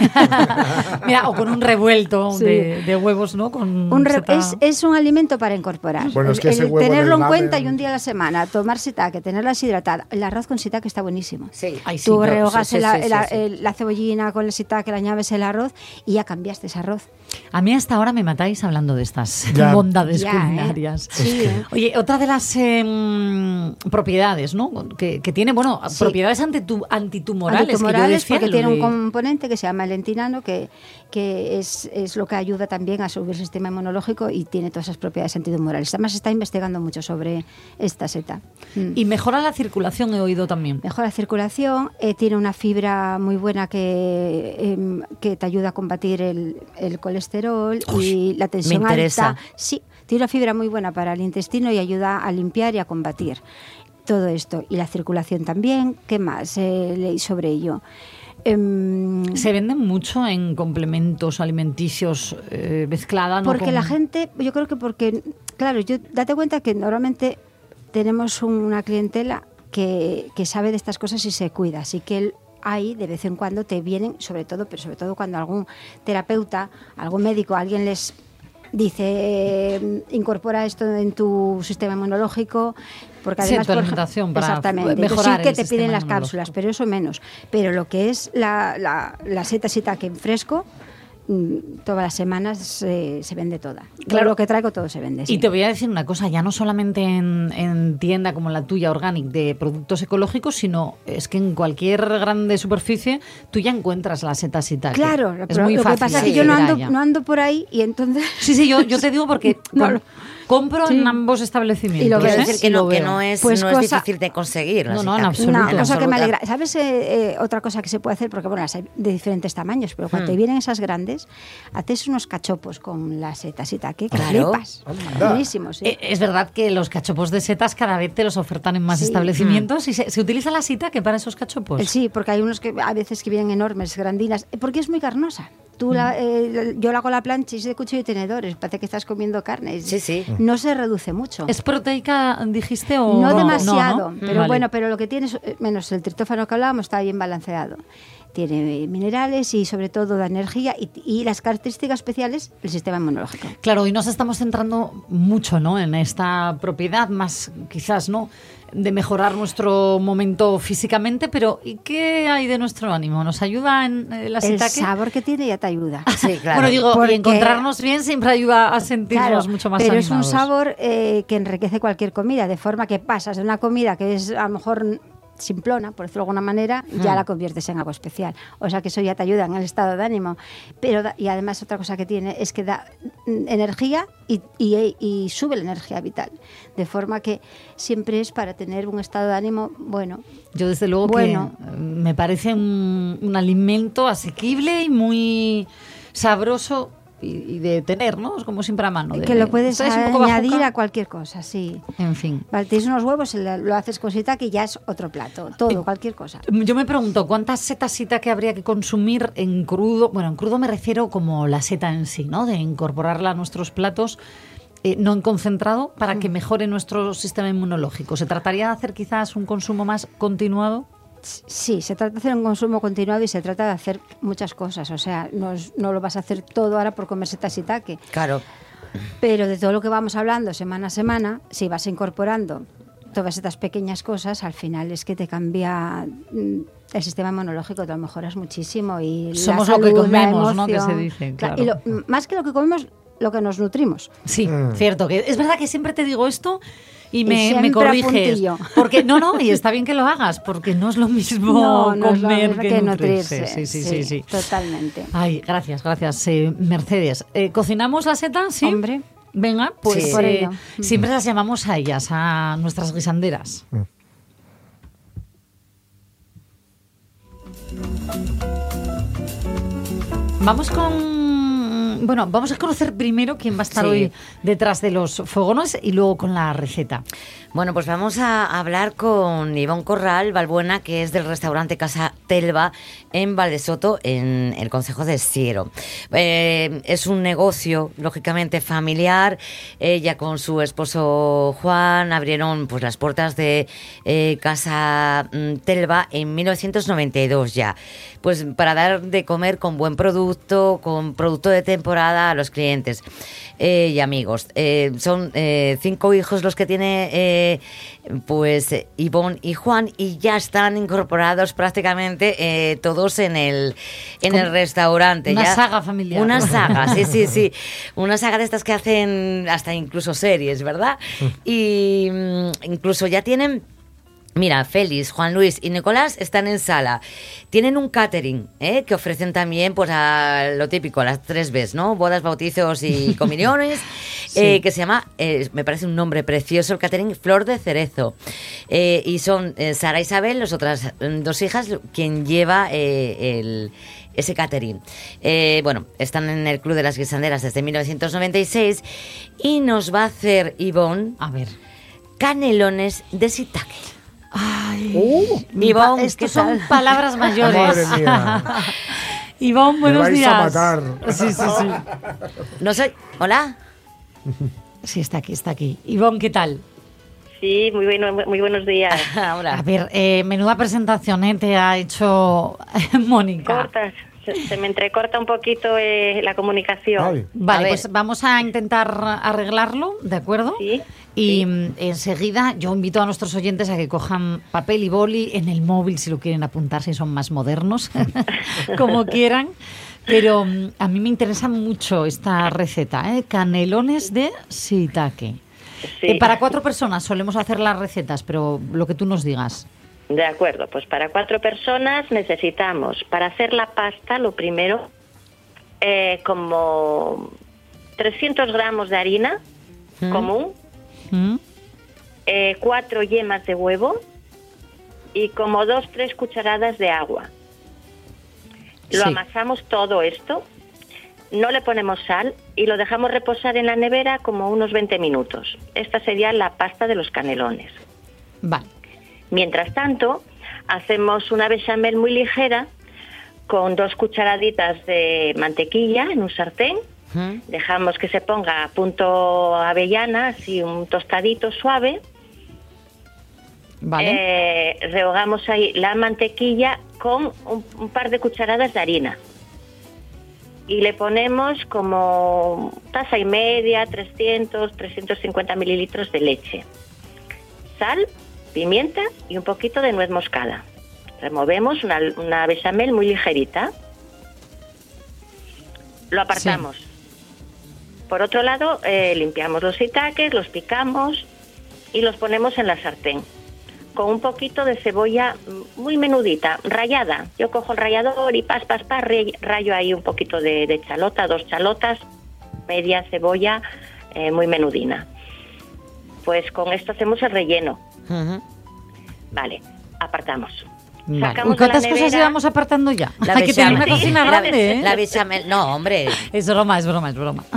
Mira, o con un revuelto Sí. de, de huevos, ¿no? Con Un re- seta. es, es un alimento para incorporar. Bueno, es que El- ese el huevo en tenerlo el en cuenta ramen- y un día a la semana, tomar shiitake, tenerla deshidratada. El arroz con shiitake está buenísimo. Sí. Ay, sí, Tú pero- rehogas sí, sí, la, sí, la- sí. el- la cebollina con el shiitake, le añades el arroz y ya cambiaste ese arroz. A mí hasta ahora me matáis hablando de estas Ya. bondades Ya, ¿eh? culinarias. Sí, ¿eh? Oye, otra de las em, propiedades, ¿no? Que, que tiene, bueno, Sí. propiedades antitu- antitumorales. Antitumorales, que yo decía porque lo tiene un de- componente que se llama el lentinano, que, que es, es lo que ayuda también a subir el sistema inmunológico y tiene todas esas propiedades antitumorales. Además, se está investigando mucho sobre esta seta. Mm. Y mejora la circulación, he oído también. Mejora la circulación, eh, tiene una fibra muy buena que, em, que te ayuda a combatir el, el colesterol y la tensión me interesa. alta. Sí, tiene una fibra muy buena para el intestino y ayuda a limpiar y a combatir todo esto. Y la circulación también. ¿Qué más eh, leí sobre ello? Em, Se venden mucho en complementos alimenticios eh, mezclada, ¿no? porque Con- la gente, yo creo que porque, claro, yo date cuenta que normalmente tenemos una clientela que, que sabe de estas cosas y se cuida, así que el- ahí de vez en cuando te vienen, sobre todo, pero sobre todo cuando algún terapeuta, algún médico, alguien les dice eh, incorpora esto en tu sistema inmunológico, porque Sí, además tu por- alimentación para exactamente, Entonces mejorar sí que el te sistema piden las inmunológico. cápsulas, pero eso menos, pero lo que es la, la, la seta shiitake en fresco, mm, todas las semanas eh, se vende toda. Claro, Claro. lo que traigo todo se vende. Y sí. te voy a decir una cosa, ya no solamente en, en tienda como la tuya, Organic, de productos ecológicos, sino es que en cualquier grande superficie tú ya encuentras la seta shiitake. Claro, es pero muy lo fácil. que pasa es de que yo no acceder a ando, ella. no ando por ahí y entonces... Sí, sí, yo, yo te digo porque No, com- no. compro Sí. en ambos establecimientos. Y lo Quiero ves, ¿eh? decir que Y lo no, que veo. no es, Pues no es cosa- difícil de conseguir. la No, no, en shiitake. absoluto. Una En cosa que me absoluto. alegra. ¿Sabes eh, eh, otra cosa que se puede hacer? Porque bueno, las hay de diferentes tamaños, pero cuando Hmm. te vienen esas grandes, haces unos cachopos con la seta shiitake, que Claro. flipas. Anda. Buenísimos, sí. Eh, Es verdad que los cachopos de setas cada vez te los ofertan en más Sí. establecimientos y se, se utiliza la shiitake para esos cachopos. Eh, Sí, porque hay unos que a veces que vienen enormes, grandinas, eh, porque es muy carnosa. Tú la, eh, yo la hago a la plancha y es de cuchillo y tenedores, parece que estás comiendo carne. Sí, sí. No se reduce mucho. ¿Es proteica, dijiste? O No no, demasiado, no? pero Vale. bueno, pero lo que tiene, es, eh, menos el triptófano que hablábamos, está bien balanceado. tiene minerales y sobre todo da energía y, y las características especiales del sistema inmunológico. Claro, y nos estamos centrando mucho, ¿no?, en esta propiedad, más quizás, ¿no?, de mejorar nuestro momento físicamente, pero ¿y qué hay de nuestro ánimo? ¿Nos ayuda en eh, la El shiitake? sabor que tiene ya te ayuda. Sí, claro. Bueno, digo, Porque- y encontrarnos bien siempre ayuda a sentirnos Claro, mucho más pero animados. es un sabor eh, que enriquece cualquier comida, de forma que pasas de una comida que es a lo mejor simplona, por decirlo de alguna manera, ya Mm. la conviertes en algo especial. O sea que eso ya te ayuda en el estado de ánimo. Pero da- y además otra cosa que tiene es que da mm, energía y, y- y sube la energía vital. De forma que siempre es para tener un estado de ánimo bueno. Yo desde luego Bueno. que eh, me parece un, un alimento asequible y muy sabroso y, y de tener, ¿no? Es como siempre a mano. de- Que lo puedes ¿sabes? Un poco añadir bajuca. a cualquier cosa, sí. En fin. Vale, tienes unos huevos, lo lo haces con shiitake y ya es otro plato. Todo, cualquier cosa. Yo me pregunto, ¿cuántas setas que habría que consumir en crudo? Bueno, en crudo me refiero como la seta en sí, ¿no? De incorporarla a nuestros platos, eh, no en concentrado, para que mejore nuestro sistema inmunológico. ¿Se trataría de hacer quizás un consumo más continuado? Sí, se trata de hacer un consumo continuado y se trata de hacer muchas cosas. O sea, no, es- no lo vas a hacer todo ahora por comer setas shiitake. Claro. Pero de todo lo que vamos hablando semana a semana, si vas incorporando todas estas pequeñas cosas, al final es que te cambia mm, el sistema inmunológico, te lo mejoras muchísimo. Y la Somos lo que salud, la comemos, ¿no? Que emoción. se dice, Cla- claro. Y lo- m- más que lo que comemos, lo que nos nutrimos. Sí, cierto. Que es verdad que siempre te digo esto y me, siempre me a corriges. puntillo. Porque, no, no, y está bien que lo hagas, porque no es lo mismo No, no es lo comer mismo que, que nutrirse. nutrirse. Sí, sí, sí, sí. Totalmente. Ay, gracias, gracias, eh, Mercedes. Eh, ¿Cocinamos la seta? Sí. Hombre. Venga, pues Sí. Por eh, ello. siempre las llamamos a ellas, a nuestras guisanderas. Vamos con... Bueno, vamos a conocer primero quién va a estar Sí. hoy detrás de los fogones y luego con la receta. Bueno, pues vamos a hablar con Ivonne Corral Balbuena, que es del restaurante Casa Telva en Valdesoto, en el concejo de Siero. Eh, es un negocio, lógicamente, familiar. Ella con su esposo Juan abrieron pues las puertas de eh, Casa mm, Telva en mil novecientos noventa y dos ya. Pues para dar de comer con buen producto, con producto de temporada a los clientes eh, y amigos. Eh, son eh, cinco hijos los que tiene eh, pues eh, Ivonne y Juan, y ya están incorporados prácticamente eh, todos en el en Como el restaurante. una Ya- saga familiar. Una saga, sí, sí, sí. Una saga de estas que hacen hasta incluso series, ¿verdad? Y mm, incluso ya tienen... Mira, Félix, Juan Luis y Nicolás están en sala. Tienen un catering, ¿eh? Que ofrecen también pues a lo típico, a las tres Bs, ¿no? Bodas, bautizos y comuniones, Sí. eh, que se llama, eh, me parece un nombre precioso, el catering Flor de Cerezo. Eh, y son eh, Sara e Isabel, las otras mm, dos hijas, quien lleva eh, el... ese catering. Eh, bueno, están en el Club de las Guisanderas desde mil novecientos noventa y seis y nos va a hacer Ivonne A ver. canelones de shiitake. Ay, Ivonne, ¿qué estos son tal? palabras mayores. Madre mía. Ivonne, buenos vais a días. matar. Sí, sí, sí. No sé, hola. Sí, está aquí, está aquí. Ivonne, ¿qué tal? Sí, muy, bueno, muy buenos días. A ver, eh, menuda presentación ¿eh? te ha hecho Mónica. Cortas, se, se me entrecorta un poquito eh, la comunicación. Ay. Vale, A ver. pues vamos a intentar arreglarlo, ¿de acuerdo? Sí, Y mm, enseguida yo invito a nuestros oyentes a que cojan papel y boli en el móvil si lo quieren apuntar, si son más modernos, como quieran. Pero mm, a mí me interesa mucho esta receta, ¿eh? Canelones de shiitake. sí. Eh, para cuatro personas solemos hacer las recetas, pero lo que tú nos digas. De acuerdo, pues para cuatro personas necesitamos, para hacer la pasta, lo primero, eh, como trescientos gramos de harina Mm. común, ¿Mm? eh, cuatro yemas de huevo y como dos, tres cucharadas de agua. Lo Sí. amasamos todo esto, no le ponemos sal y lo dejamos reposar en la nevera como unos veinte minutos. Esta sería la pasta de los canelones. Vale. Mientras tanto, hacemos una bechamel muy ligera con dos cucharaditas de mantequilla en un sartén. ¿Mm? Dejamos que se ponga a punto avellana, así un tostadito suave. Vale. Eh, rehogamos ahí la mantequilla con un, un par de cucharadas de harina. Y le ponemos como taza y media, trescientos, trescientos cincuenta mililitros de leche. Sal, pimienta y un poquito de nuez moscada. Removemos una, una bechamel muy ligerita. Lo apartamos. Sí. Por otro lado, eh, limpiamos los shiitakes, los picamos y los ponemos en la sartén con un poquito de cebolla muy menudita, rallada. Yo cojo el rallador y pas, pas, pas, rayo ahí un poquito de, de chalota, dos chalotas, media cebolla eh, muy menudina. Pues con esto hacemos el relleno. Uh-huh. Vale, apartamos. Vale. Uy, ¿cuántas cosas íbamos apartando ya? La Hay que tener una cocina la, grande, ¿eh? La bechamel, no, hombre. Es broma, es broma, es broma.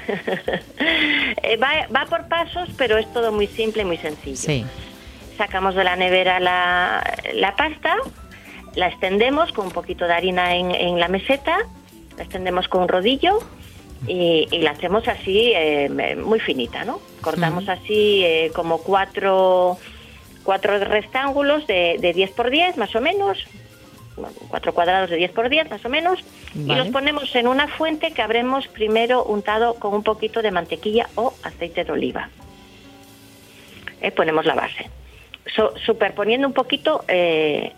eh, va, va por pasos, pero es todo muy simple y muy sencillo. Sí. Sacamos de la nevera la, la pasta, la extendemos con un poquito de harina en, en la meseta, la extendemos con un rodillo y, y la hacemos así, eh, muy finita, ¿no? Cortamos uh-huh. así eh, como cuatro... cuatro rectángulos de, de diez por diez más o menos, cuatro cuadrados de diez por diez más o menos, vale. Y los ponemos en una fuente que habremos primero untado con un poquito de mantequilla o aceite de oliva. Eh, ponemos la base. So, superponiendo un poquito eh,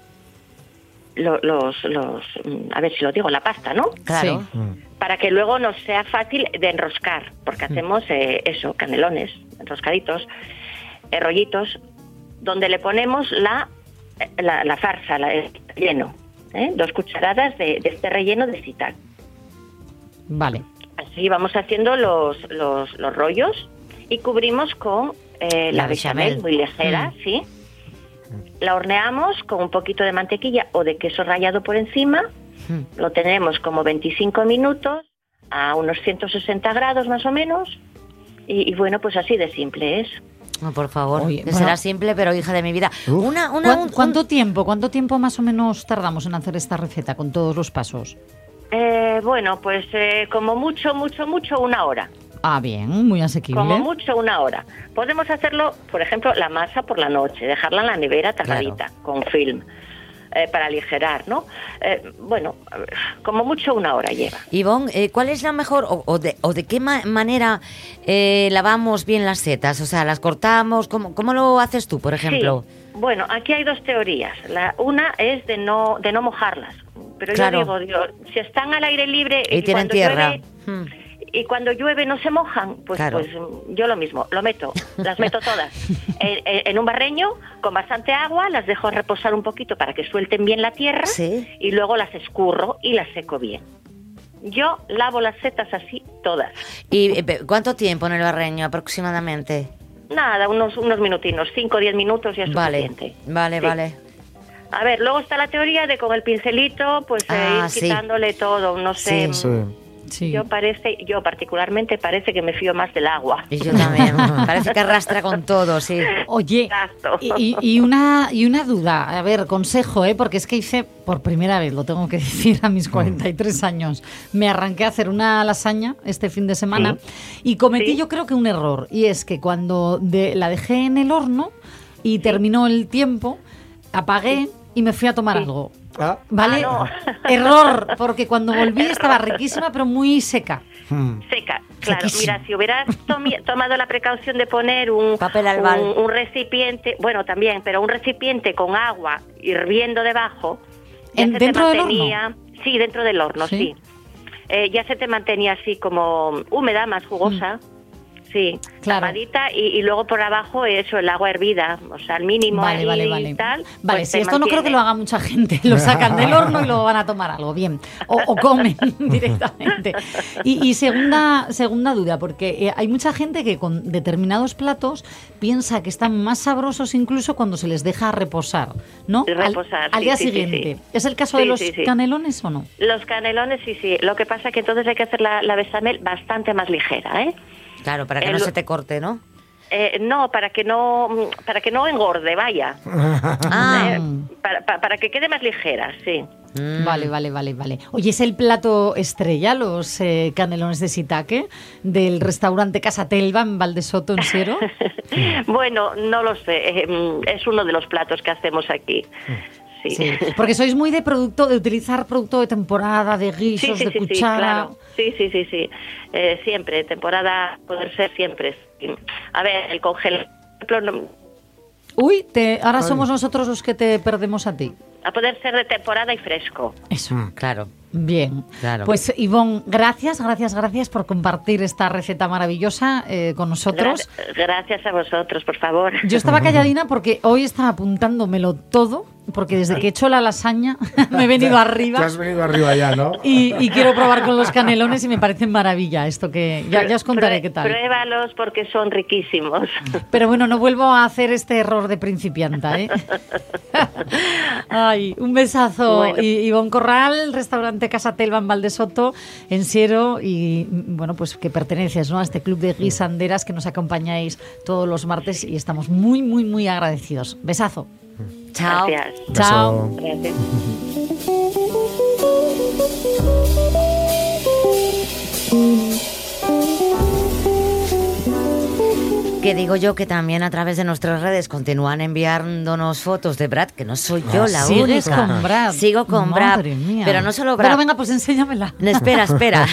lo, los, los, a ver si lo digo, la pasta, ¿no? Claro. Sí. Para que luego nos sea fácil de enroscar, porque hacemos eh, eso, canelones, enroscaditos, eh, rollitos, donde le ponemos la, la, la farsa, la, el relleno, ¿eh? Dos cucharadas de, de este relleno de shiitake. Vale. Así vamos haciendo los, los, los rollos y cubrimos con eh, la, la bechamel muy ligera, mm. ¿sí? La horneamos con un poquito de mantequilla o de queso rallado por encima. Mm. Lo tenemos como veinticinco minutos a unos ciento sesenta grados más o menos. Y, y bueno, pues así de simple es. Oh, por favor, Oye, que bueno. será simple, pero hija de mi vida. Una, una, un, ¿Cuánto un... tiempo, cuánto tiempo más o menos tardamos en hacer esta receta con todos los pasos? Eh, bueno, pues eh, como mucho, mucho, mucho, una hora. Ah, bien, muy asequible. Como mucho, una hora. Podemos hacerlo, por ejemplo, la masa por la noche, dejarla en la nevera tapadita, claro. con film, eh, para aligerar, ¿no? Eh, bueno, como mucho, una hora lleva. Ivonne, eh, ¿cuál es la mejor, o, o, de, o de qué ma- manera eh, lavamos bien las setas? O sea, ¿las cortamos? ¿Cómo, cómo lo haces tú, por ejemplo? Sí. Bueno, aquí hay dos teorías. La, una es de no, de no mojarlas. Pero claro. yo digo, digo, si están al aire libre y, y tienen tierra. Llueve, hmm. y cuando llueve no se mojan, pues, claro. pues yo lo mismo, lo meto, las meto todas en, en un barreño con bastante agua, las dejo reposar un poquito para que suelten bien la tierra, ¿sí? Y luego las escurro y las seco bien. Yo lavo las setas así todas. ¿Y cuánto tiempo en el barreño aproximadamente? Nada, unos, unos minutinos, cinco o diez minutos ya es vale, suficiente. Vale, sí. vale. A ver, luego está la teoría de con el pincelito, pues ah, eh, ir sí. quitándole todo, no sé. Sí. Sí. Yo parece, yo particularmente parece que me fío más del agua. Y yo también. Parece que arrastra con todo, sí. Oye, y, y, una y una duda, a ver, consejo, ¿eh? Porque es que hice por primera vez, lo tengo que decir, a mis cuarenta y tres años, me arranqué a hacer una lasaña este fin de semana ¿sí? y cometí ¿sí? yo creo que un error, y es que cuando de, la dejé en el horno y ¿sí? terminó el tiempo, apagué ¿sí? y me fui a tomar ¿sí? algo. Ah. ¿Vale? Ah, no. Error, porque cuando volví estaba riquísima, pero muy seca. Hmm. Seca, claro. Sequísima. Mira, si hubieras tomi- tomado la precaución de poner un papel albal, un, un recipiente, bueno, también, pero un recipiente con agua hirviendo debajo, ¿En, ya dentro se te del mantenía, horno? Sí, dentro del horno, sí. sí. Eh, ya se te mantenía así como húmeda, más jugosa. Mm. Sí, claro. tapadita y, y luego por abajo eso, el agua hervida, o sea, al mínimo vale, y vale, vale. tal. Vale, pues si esto no creo que lo haga mucha gente, lo sacan del horno y luego van a tomar algo, bien, o, o comen directamente. Y, y segunda segunda duda, porque eh, hay mucha gente que con determinados platos piensa que están más sabrosos incluso cuando se les deja reposar, ¿no? Reposar, al, al sí, día sí, siguiente. Sí, sí. ¿Es el caso sí, de los sí, sí. canelones o no? Los canelones sí, sí. Lo que pasa es que entonces hay que hacer la, la bechamel bastante más ligera, ¿eh? Claro, para que El, no se te corte, ¿no? Eh, no, para que no para que no engorde, vaya. Ah. Eh, para, para, para que quede más ligera, sí. Mm. Vale, vale, vale, vale. Oye, ¿es el plato estrella, los eh, canelones de shiitake del restaurante Casa Telva en Valdesoto, en Siero? Bueno, no lo sé. Eh, es uno de los platos que hacemos aquí. sí. Sí, porque sois muy de producto, de utilizar producto de temporada, de Sí, guisos, sí, de sí, sí, cuchara. claro. Sí, sí, sí, sí. Eh, siempre, temporada, poder ser siempre. A ver, el congelador, no- Uy, te, ahora Ay. somos nosotros los que te perdemos a ti. a poder ser de temporada y fresco. Eso. Claro. Bien. Claro. Pues Ivonne, gracias, gracias, gracias por compartir esta receta maravillosa eh, con nosotros. Gra- gracias a vosotros, por favor. Yo estaba calladina porque hoy estaba apuntándomelo todo, porque desde que he hecho la lasaña me he venido Te arriba. has venido arriba ya, ¿no? Y, y quiero probar con los canelones y me parecen maravilla esto que ya, ya os contaré Prue- qué tal. Pruébalos porque son riquísimos. Pero bueno, no vuelvo a hacer este error de principianta, ¿eh? Ay, un besazo. Bueno. Y Ivonne Corral, restaurante Casa Telva en Valdesoto, en Siero, y mm, bueno, pues que perteneces, ¿no?, a este club de guisanderas que nos acompañáis todos los martes y estamos muy, muy, muy agradecidos. Besazo. Chao. Gracias. Chao. Beso. Gracias. Que digo yo que también a través de nuestras redes continúan enviándonos fotos de Brad, que no soy yo la Sigues única. con Brad. Sigo con Brad. Madre mía. Pero no solo Brad. Bueno, venga, pues enséñamela. No, espera, espera.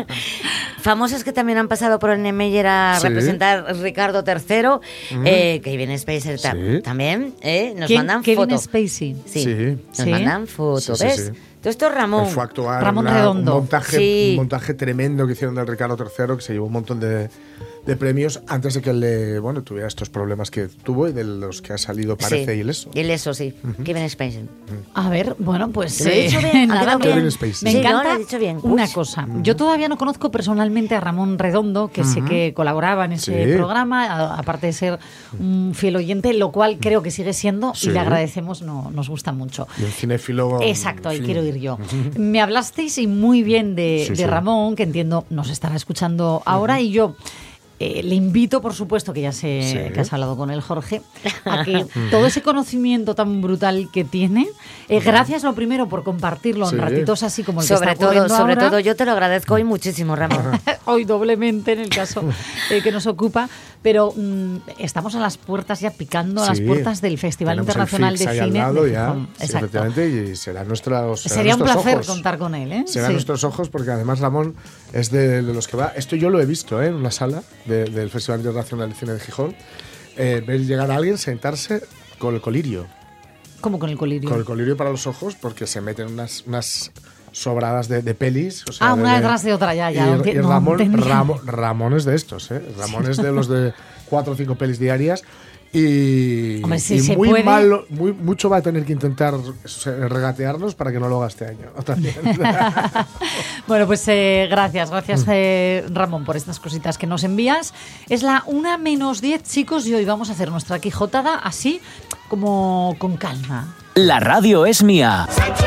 Famosos que también han pasado por el Niemeyer a Sí. representar Ricardo tercero, eh, Kevin Spacey ta- Sí. también, eh, nos ¿Quién? mandan Kevin fotos. Spacey. Sí, Sí. nos Sí. mandan fotos, Sí, sí, ¿ves? sí. Todo esto es Ramón. Él fue a actuar Ramón una- Redondo. un montaje, Sí. un montaje tremendo que hicieron del Ricardo tercero, que se llevó un montón de, de premios antes de que él le, bueno, tuviera estos problemas que tuvo y de los que ha salido, parece, Sí. ileso. Ileso, sí. Kevin Spacey. A ver, bueno, pues ¿Lo he eh, dicho bien? ¿Ha nada, quedado me- bien? Kevin Spacey. me Sí, ¿no? encanta Lo he dicho bien. una Uy. cosa. Yo todavía no conozco personalmente a Ramón Redondo, que sí que colaboraba en ese Sí. programa, a- aparte de ser un fiel oyente, lo cual creo que sigue siendo Sí. y le agradecemos, no, nos gusta mucho. Y un cinéfilo. Exacto, ahí en fin. quiero ir yo. Me hablasteis y muy bien de, Sí, de sí. Ramón, que entiendo nos estará escuchando ahora, y yo eh, le invito, por supuesto, que ya sé Sí. que has hablado con él, Jorge, a que todo ese conocimiento tan brutal que tiene, eh, gracias lo primero por compartirlo Sí. en ratitos así como el que Sobre está todo, ocurriendo sobre ahora. todo yo te lo agradezco hoy muchísimo, Ramón. Hoy doblemente en el caso eh, que nos ocupa, pero mm, estamos a las puertas ya picando a las Sí. puertas del Festival Tenemos el Internacional Fix de ahí al Cine lado de ya. Gijón. Sí, Exacto. efectivamente, y será nuestra, será Sería un nuestros placer ojos. contar con él, ¿eh? Serán Sí. nuestros ojos, porque además Ramón es de, de los que va. Esto yo lo he visto, ¿eh? En una sala de- del Festival Internacional de Cine de Gijón. Eh, ver llegar a alguien, sentarse con el colirio. Como con el colirio. Con el colirio para los ojos, porque se meten unas, unas sobradas de, de pelis. O sea, Ah, una de- detrás de otra, ya, ya, Y, no enti- y no Ramón, entendía. Ramón, Ramón es de estos, ¿eh? Ramón es de los de cuatro o cinco pelis diarias. Y, Hombre, si y se muy puede. malo, muy, mucho va a tener que intentar eh, regatearnos para que no lo haga este año. También. Bueno, pues eh, gracias, gracias eh, Ramón por estas cositas que nos envías. Es la una menos diez, chicos, y hoy vamos a hacer nuestra quijotada así como con calma. La radio es mía.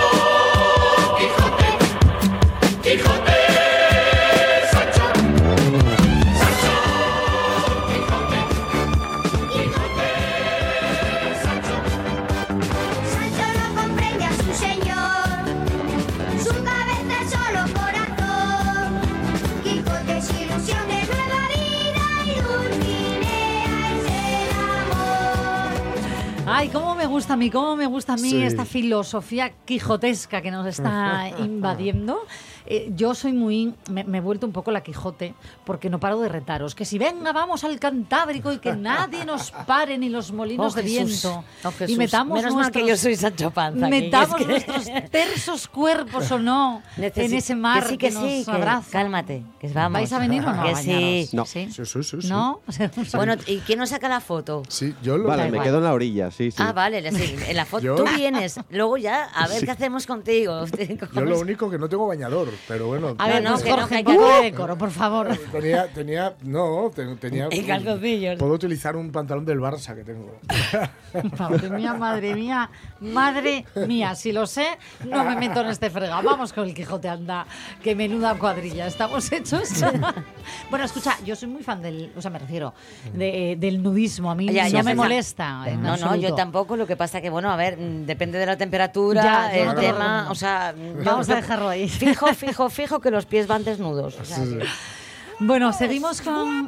Sancho no comprende a su señor, su cabeza es solo corazón. Quijote es ilusión de nueva vida y Dulcinea es el amor. Ay, cómo me gusta a mí, cómo me gusta a mí Sí. esta filosofía quijotesca que nos está invadiendo. Eh, yo soy muy... Me, me he vuelto un poco la Quijote porque no paro de retaros. Que si venga, vamos al Cantábrico y que nadie nos pare ni los molinos Oh, de Jesús. viento. Oh, Jesús. Y metamos Menos mal que nuestros- yo soy Sancho Panza. que Metamos es que- nuestros tersos cuerpos o no Necesi- en ese mar que sí, que, nos sí, que abraza. cálmate, que vamos. ¿Vais a venir o no? a Que sí. bañaros? No. ¿Sí? Sí, sí, sí, sí. ¿No? Bueno, ¿y quién nos saca la foto? Sí, yo lo. Vale, Da me igual. quedo en la orilla, sí, sí. Ah, vale, la- sí, en la foto Yo- tú vienes, luego ya a ver qué hacemos contigo. Yo lo único que no tengo bañador, pero bueno. A ver, No, no, no, que no, Jorge, que un poco no. de decoro, por favor. Tenía, tenía, no, te- tenía. En calzoncillos. Puedo utilizar un pantalón del Barça que tengo. Madre mía, madre mía, madre mía, si lo sé, no me meto en este fregado. Vamos con el Quijote, anda, que menuda cuadrilla, estamos hechos. Bueno, escucha, yo soy muy fan del, o sea, me refiero, de- del nudismo, a mí Ya, no ya me sé. molesta. en No, no, yo absoluto. tampoco. Lo que pasa que, bueno, a ver, mm, depende de la temperatura, Ya, yo el no te lo tema, recomiendo. o sea, yo- Vamos a yo- dejarlo ahí. Fijo, fijo, fijo que los pies van desnudos. O sea, Sí, sí. que- Bueno, seguimos con...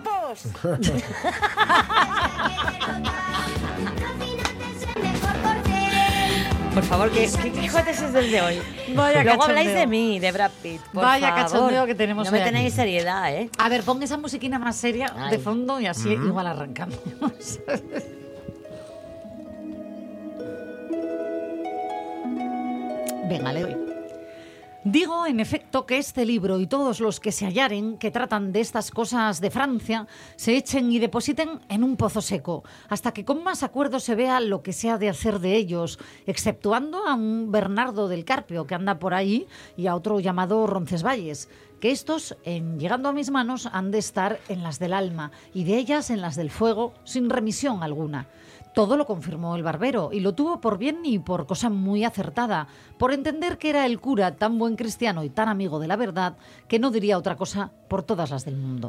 Rocinante es el mejor por ser. Por favor, ¿qué, qué Quijote es el de hoy? Vaya Luego cachondeo. habláis de mí, de Brad Pitt. Por Vaya favor. cachondeo que tenemos No me hoy tenéis aquí. seriedad, ¿eh? A ver, pon esa musiquina más seria Ay. de fondo y así Mm. igual arrancamos. Venga, le doy. Digo, en efecto, que este libro y todos los que se hallaren, que tratan de estas cosas de Francia, se echen y depositen en un pozo seco, hasta que con más acuerdo se vea lo que se ha de hacer de ellos, exceptuando a un Bernardo del Carpio, que anda por ahí, y a otro llamado Roncesvalles, que estos, en llegando a mis manos, han de estar en las del alma, y de ellas en las del fuego, sin remisión alguna. Todo lo confirmó el barbero y lo tuvo por bien y por cosa muy acertada, por entender que era el cura tan buen cristiano y tan amigo de la verdad que no diría otra cosa por todas las del mundo.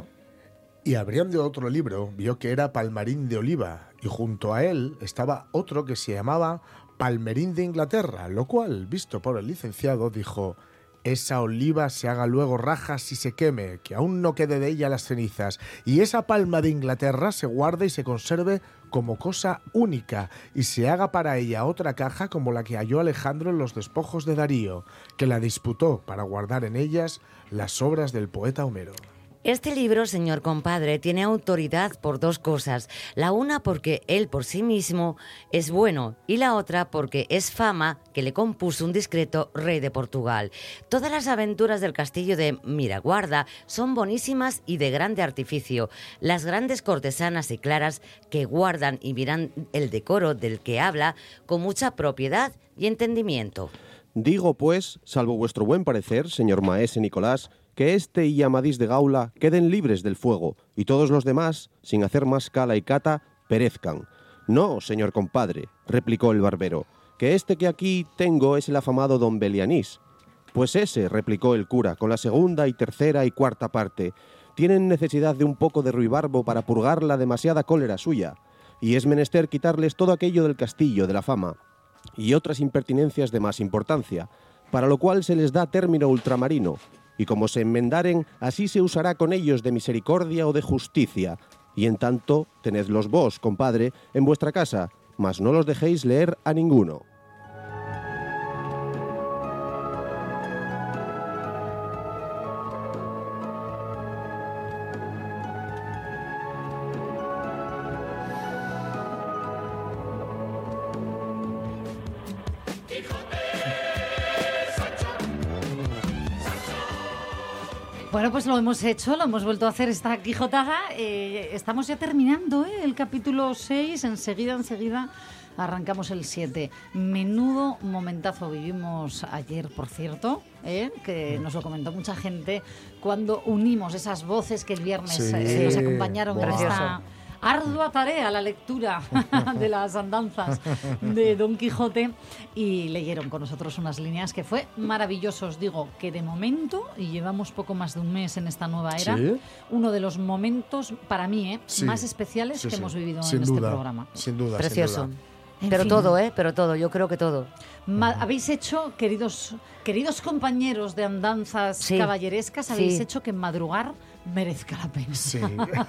Y abriendo otro libro, vio que era Palmarín de Oliva, y junto a él estaba otro que se llamaba Palmerín de Inglaterra, lo cual, visto por el licenciado, dijo: esa oliva se haga luego rajas y se queme, que aún no quede de ella las cenizas, y esa palma de Inglaterra se guarde y se conserve como cosa única, y se haga para ella otra caja como la que halló Alejandro en los despojos de Darío, que la disputó para guardar en ellas las obras del poeta Homero. Este libro, señor compadre, tiene autoridad por dos cosas. La una porque él por sí mismo es bueno y la otra porque es fama que le compuso un discreto rey de Portugal. Todas las aventuras del castillo de Miraguarda son bonísimas y de grande artificio. Las grandes cortesanas y claras que guardan y miran el decoro del que habla con mucha propiedad y entendimiento. Digo, pues, salvo vuestro buen parecer, señor maese Nicolás, que este y Amadís de Gaula queden libres del fuego, y todos los demás, sin hacer más cala y cata, perezcan. No, señor compadre, replicó el barbero, que este que aquí tengo es el afamado don Belianís. Pues ese, replicó el cura, con la segunda y tercera y cuarta parte, tienen necesidad de un poco de ruibarbo para purgar la demasiada cólera suya, y es menester quitarles todo aquello del castillo, de la fama, y otras impertinencias de más importancia, para lo cual se les da término ultramarino, y como se enmendaren, así se usará con ellos de misericordia o de justicia, y en tanto, tenedlos vos, compadre, en vuestra casa, mas no los dejéis leer a ninguno. Bueno, pues lo hemos hecho, lo hemos vuelto a hacer esta quijotada. Eh, estamos ya terminando ¿eh? el capítulo seis, enseguida, enseguida arrancamos el siete. Menudo momentazo vivimos ayer, por cierto, ¿eh? que nos lo comentó mucha gente, cuando unimos esas voces que el viernes Sí. eh, nos acompañaron en Wow. esta ardua tarea, la lectura de las andanzas de Don Quijote, y leyeron con nosotros unas líneas que fue maravilloso. Os digo que de momento, y llevamos poco más de un mes en esta nueva era, ¿Sí? uno de los momentos para mí ¿eh? Sí. más especiales Sí, que sí. hemos vivido Sin en este duda, programa. Sin duda, Precioso. sin duda. En Pero fin. todo, ¿eh? Pero todo, yo creo que todo. Ma- habéis hecho, queridos queridos compañeros de andanzas Sí. caballerescas, habéis Sí. hecho que madrugar merezca la pena. Sí.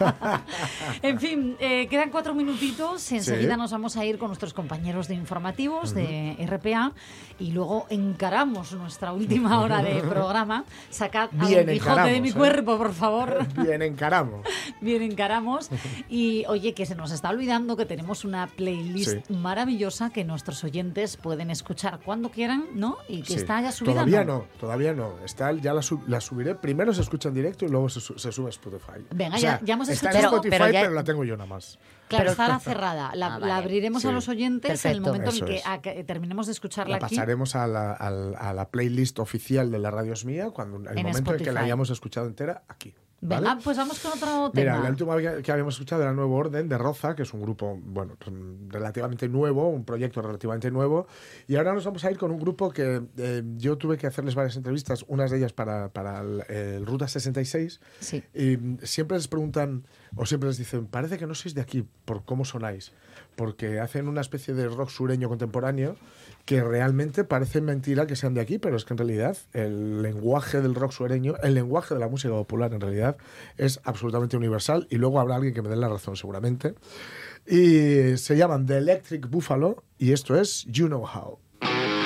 En fin, eh, quedan cuatro minutitos. Enseguida Sí. nos vamos a ir con nuestros compañeros de informativos de R P A y luego encaramos nuestra última hora de programa. Sacad a Bien Don Quijote de encaramos, mi ¿eh? cuerpo, por favor. Bien encaramos. Bien encaramos. Y oye, que se nos está olvidando que tenemos una playlist Sí. maravillosa que nuestros oyentes pueden escuchar cuando quieran, ¿no? Y que Sí. está ya subida. Todavía no, todavía no. Está, ya la, sub- la subiré. Primero se escucha en directo y luego se, su- se sube a Spotify. Venga, O sea, ya- ya hemos está escuchado- en Spotify, Pero- pero, pero ya- la tengo yo nada más. Claro, Pero- estará cerrada. La, Ah, la vale. abriremos a Sí. los oyentes en el Perfecto. momento en Eso el que, es. a que terminemos de escucharla La aquí. pasaremos a la, al- a la playlist oficial de la radio es mía cuando el En momento en que la Spotify. hayamos escuchado entera aquí. ¿vale? Venga, pues vamos con otro tema. Mira, la última vez que habíamos escuchado era Nuevo Orden de Roza, que es un grupo, bueno, relativamente nuevo, un proyecto relativamente nuevo. Y ahora nos vamos a ir con un grupo que eh, yo tuve que hacerles varias entrevistas, unas de ellas para, para el, el Ruta sesenta y seis. Sí. Y siempre les preguntan, o siempre les dicen, parece que no sois de aquí por cómo sonáis. Porque hacen una especie de rock sureño contemporáneo que realmente parece mentira que sean de aquí, pero es que en realidad el lenguaje del rock sureño, el lenguaje de la música popular en realidad es absolutamente universal, y luego habrá alguien que me dé la razón seguramente. Y se llaman The Electric Buffalo y esto es You Know How.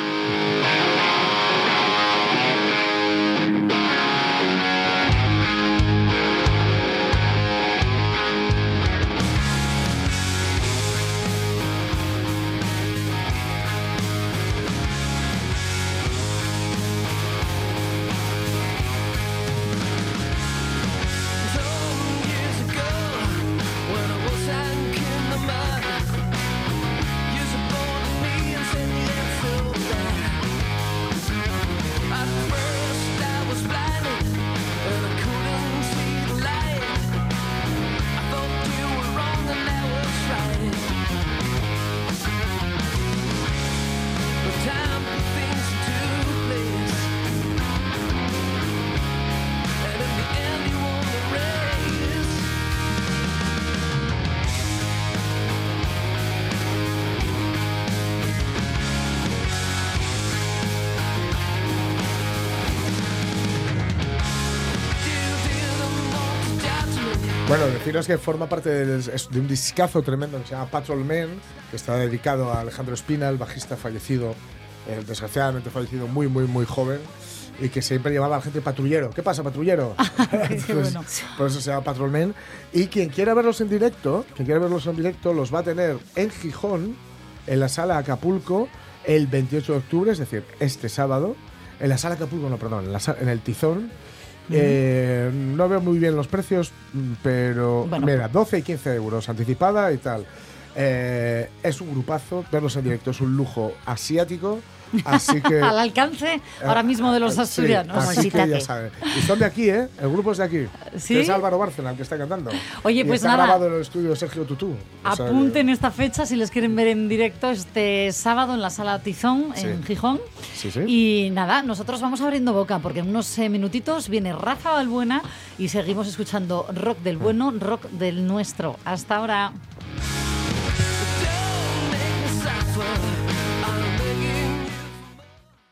Bueno, deciros que forma parte de, de un discazo tremendo que se llama Patrol Man, que está dedicado a Alejandro Espina, el bajista fallecido, eh, desgraciadamente fallecido muy, muy, muy joven, y que siempre llamaba a la gente patrullero. ¿Qué pasa, patrullero? Entonces, bueno. Por eso se llama Patrol Man. Y quien quiera verlos en directo, quien quiera verlos en directo, los va a tener en Gijón, en la Sala Acapulco, el veintiocho de octubre, es decir, este sábado. En la Sala Acapulco, no, perdón, en, la, en el Tizón. Uh-huh. Eh, no veo muy bien los precios, pero bueno, mira, doce y quince euros anticipada y tal. Eh, es un grupazo, verlos en directo es un lujo asiático. Así que al alcance ahora mismo de los asturianos. Sí, así que ya saben. Y son de aquí, ¿eh? El grupo es de aquí. ¿Sí? Que es Álvaro Bárcena el que está cantando. Oye, y pues está nada. grabado en el estudio Sergio Tutú. Apunten esta fecha si les quieren ver en directo este sábado en la Sala Tizón, sí. en Gijón. Sí, sí. Y nada, nosotros vamos abriendo boca porque en unos eh, minutitos viene Rafa Balbuena y seguimos escuchando rock del bueno, rock del nuestro. Hasta ahora.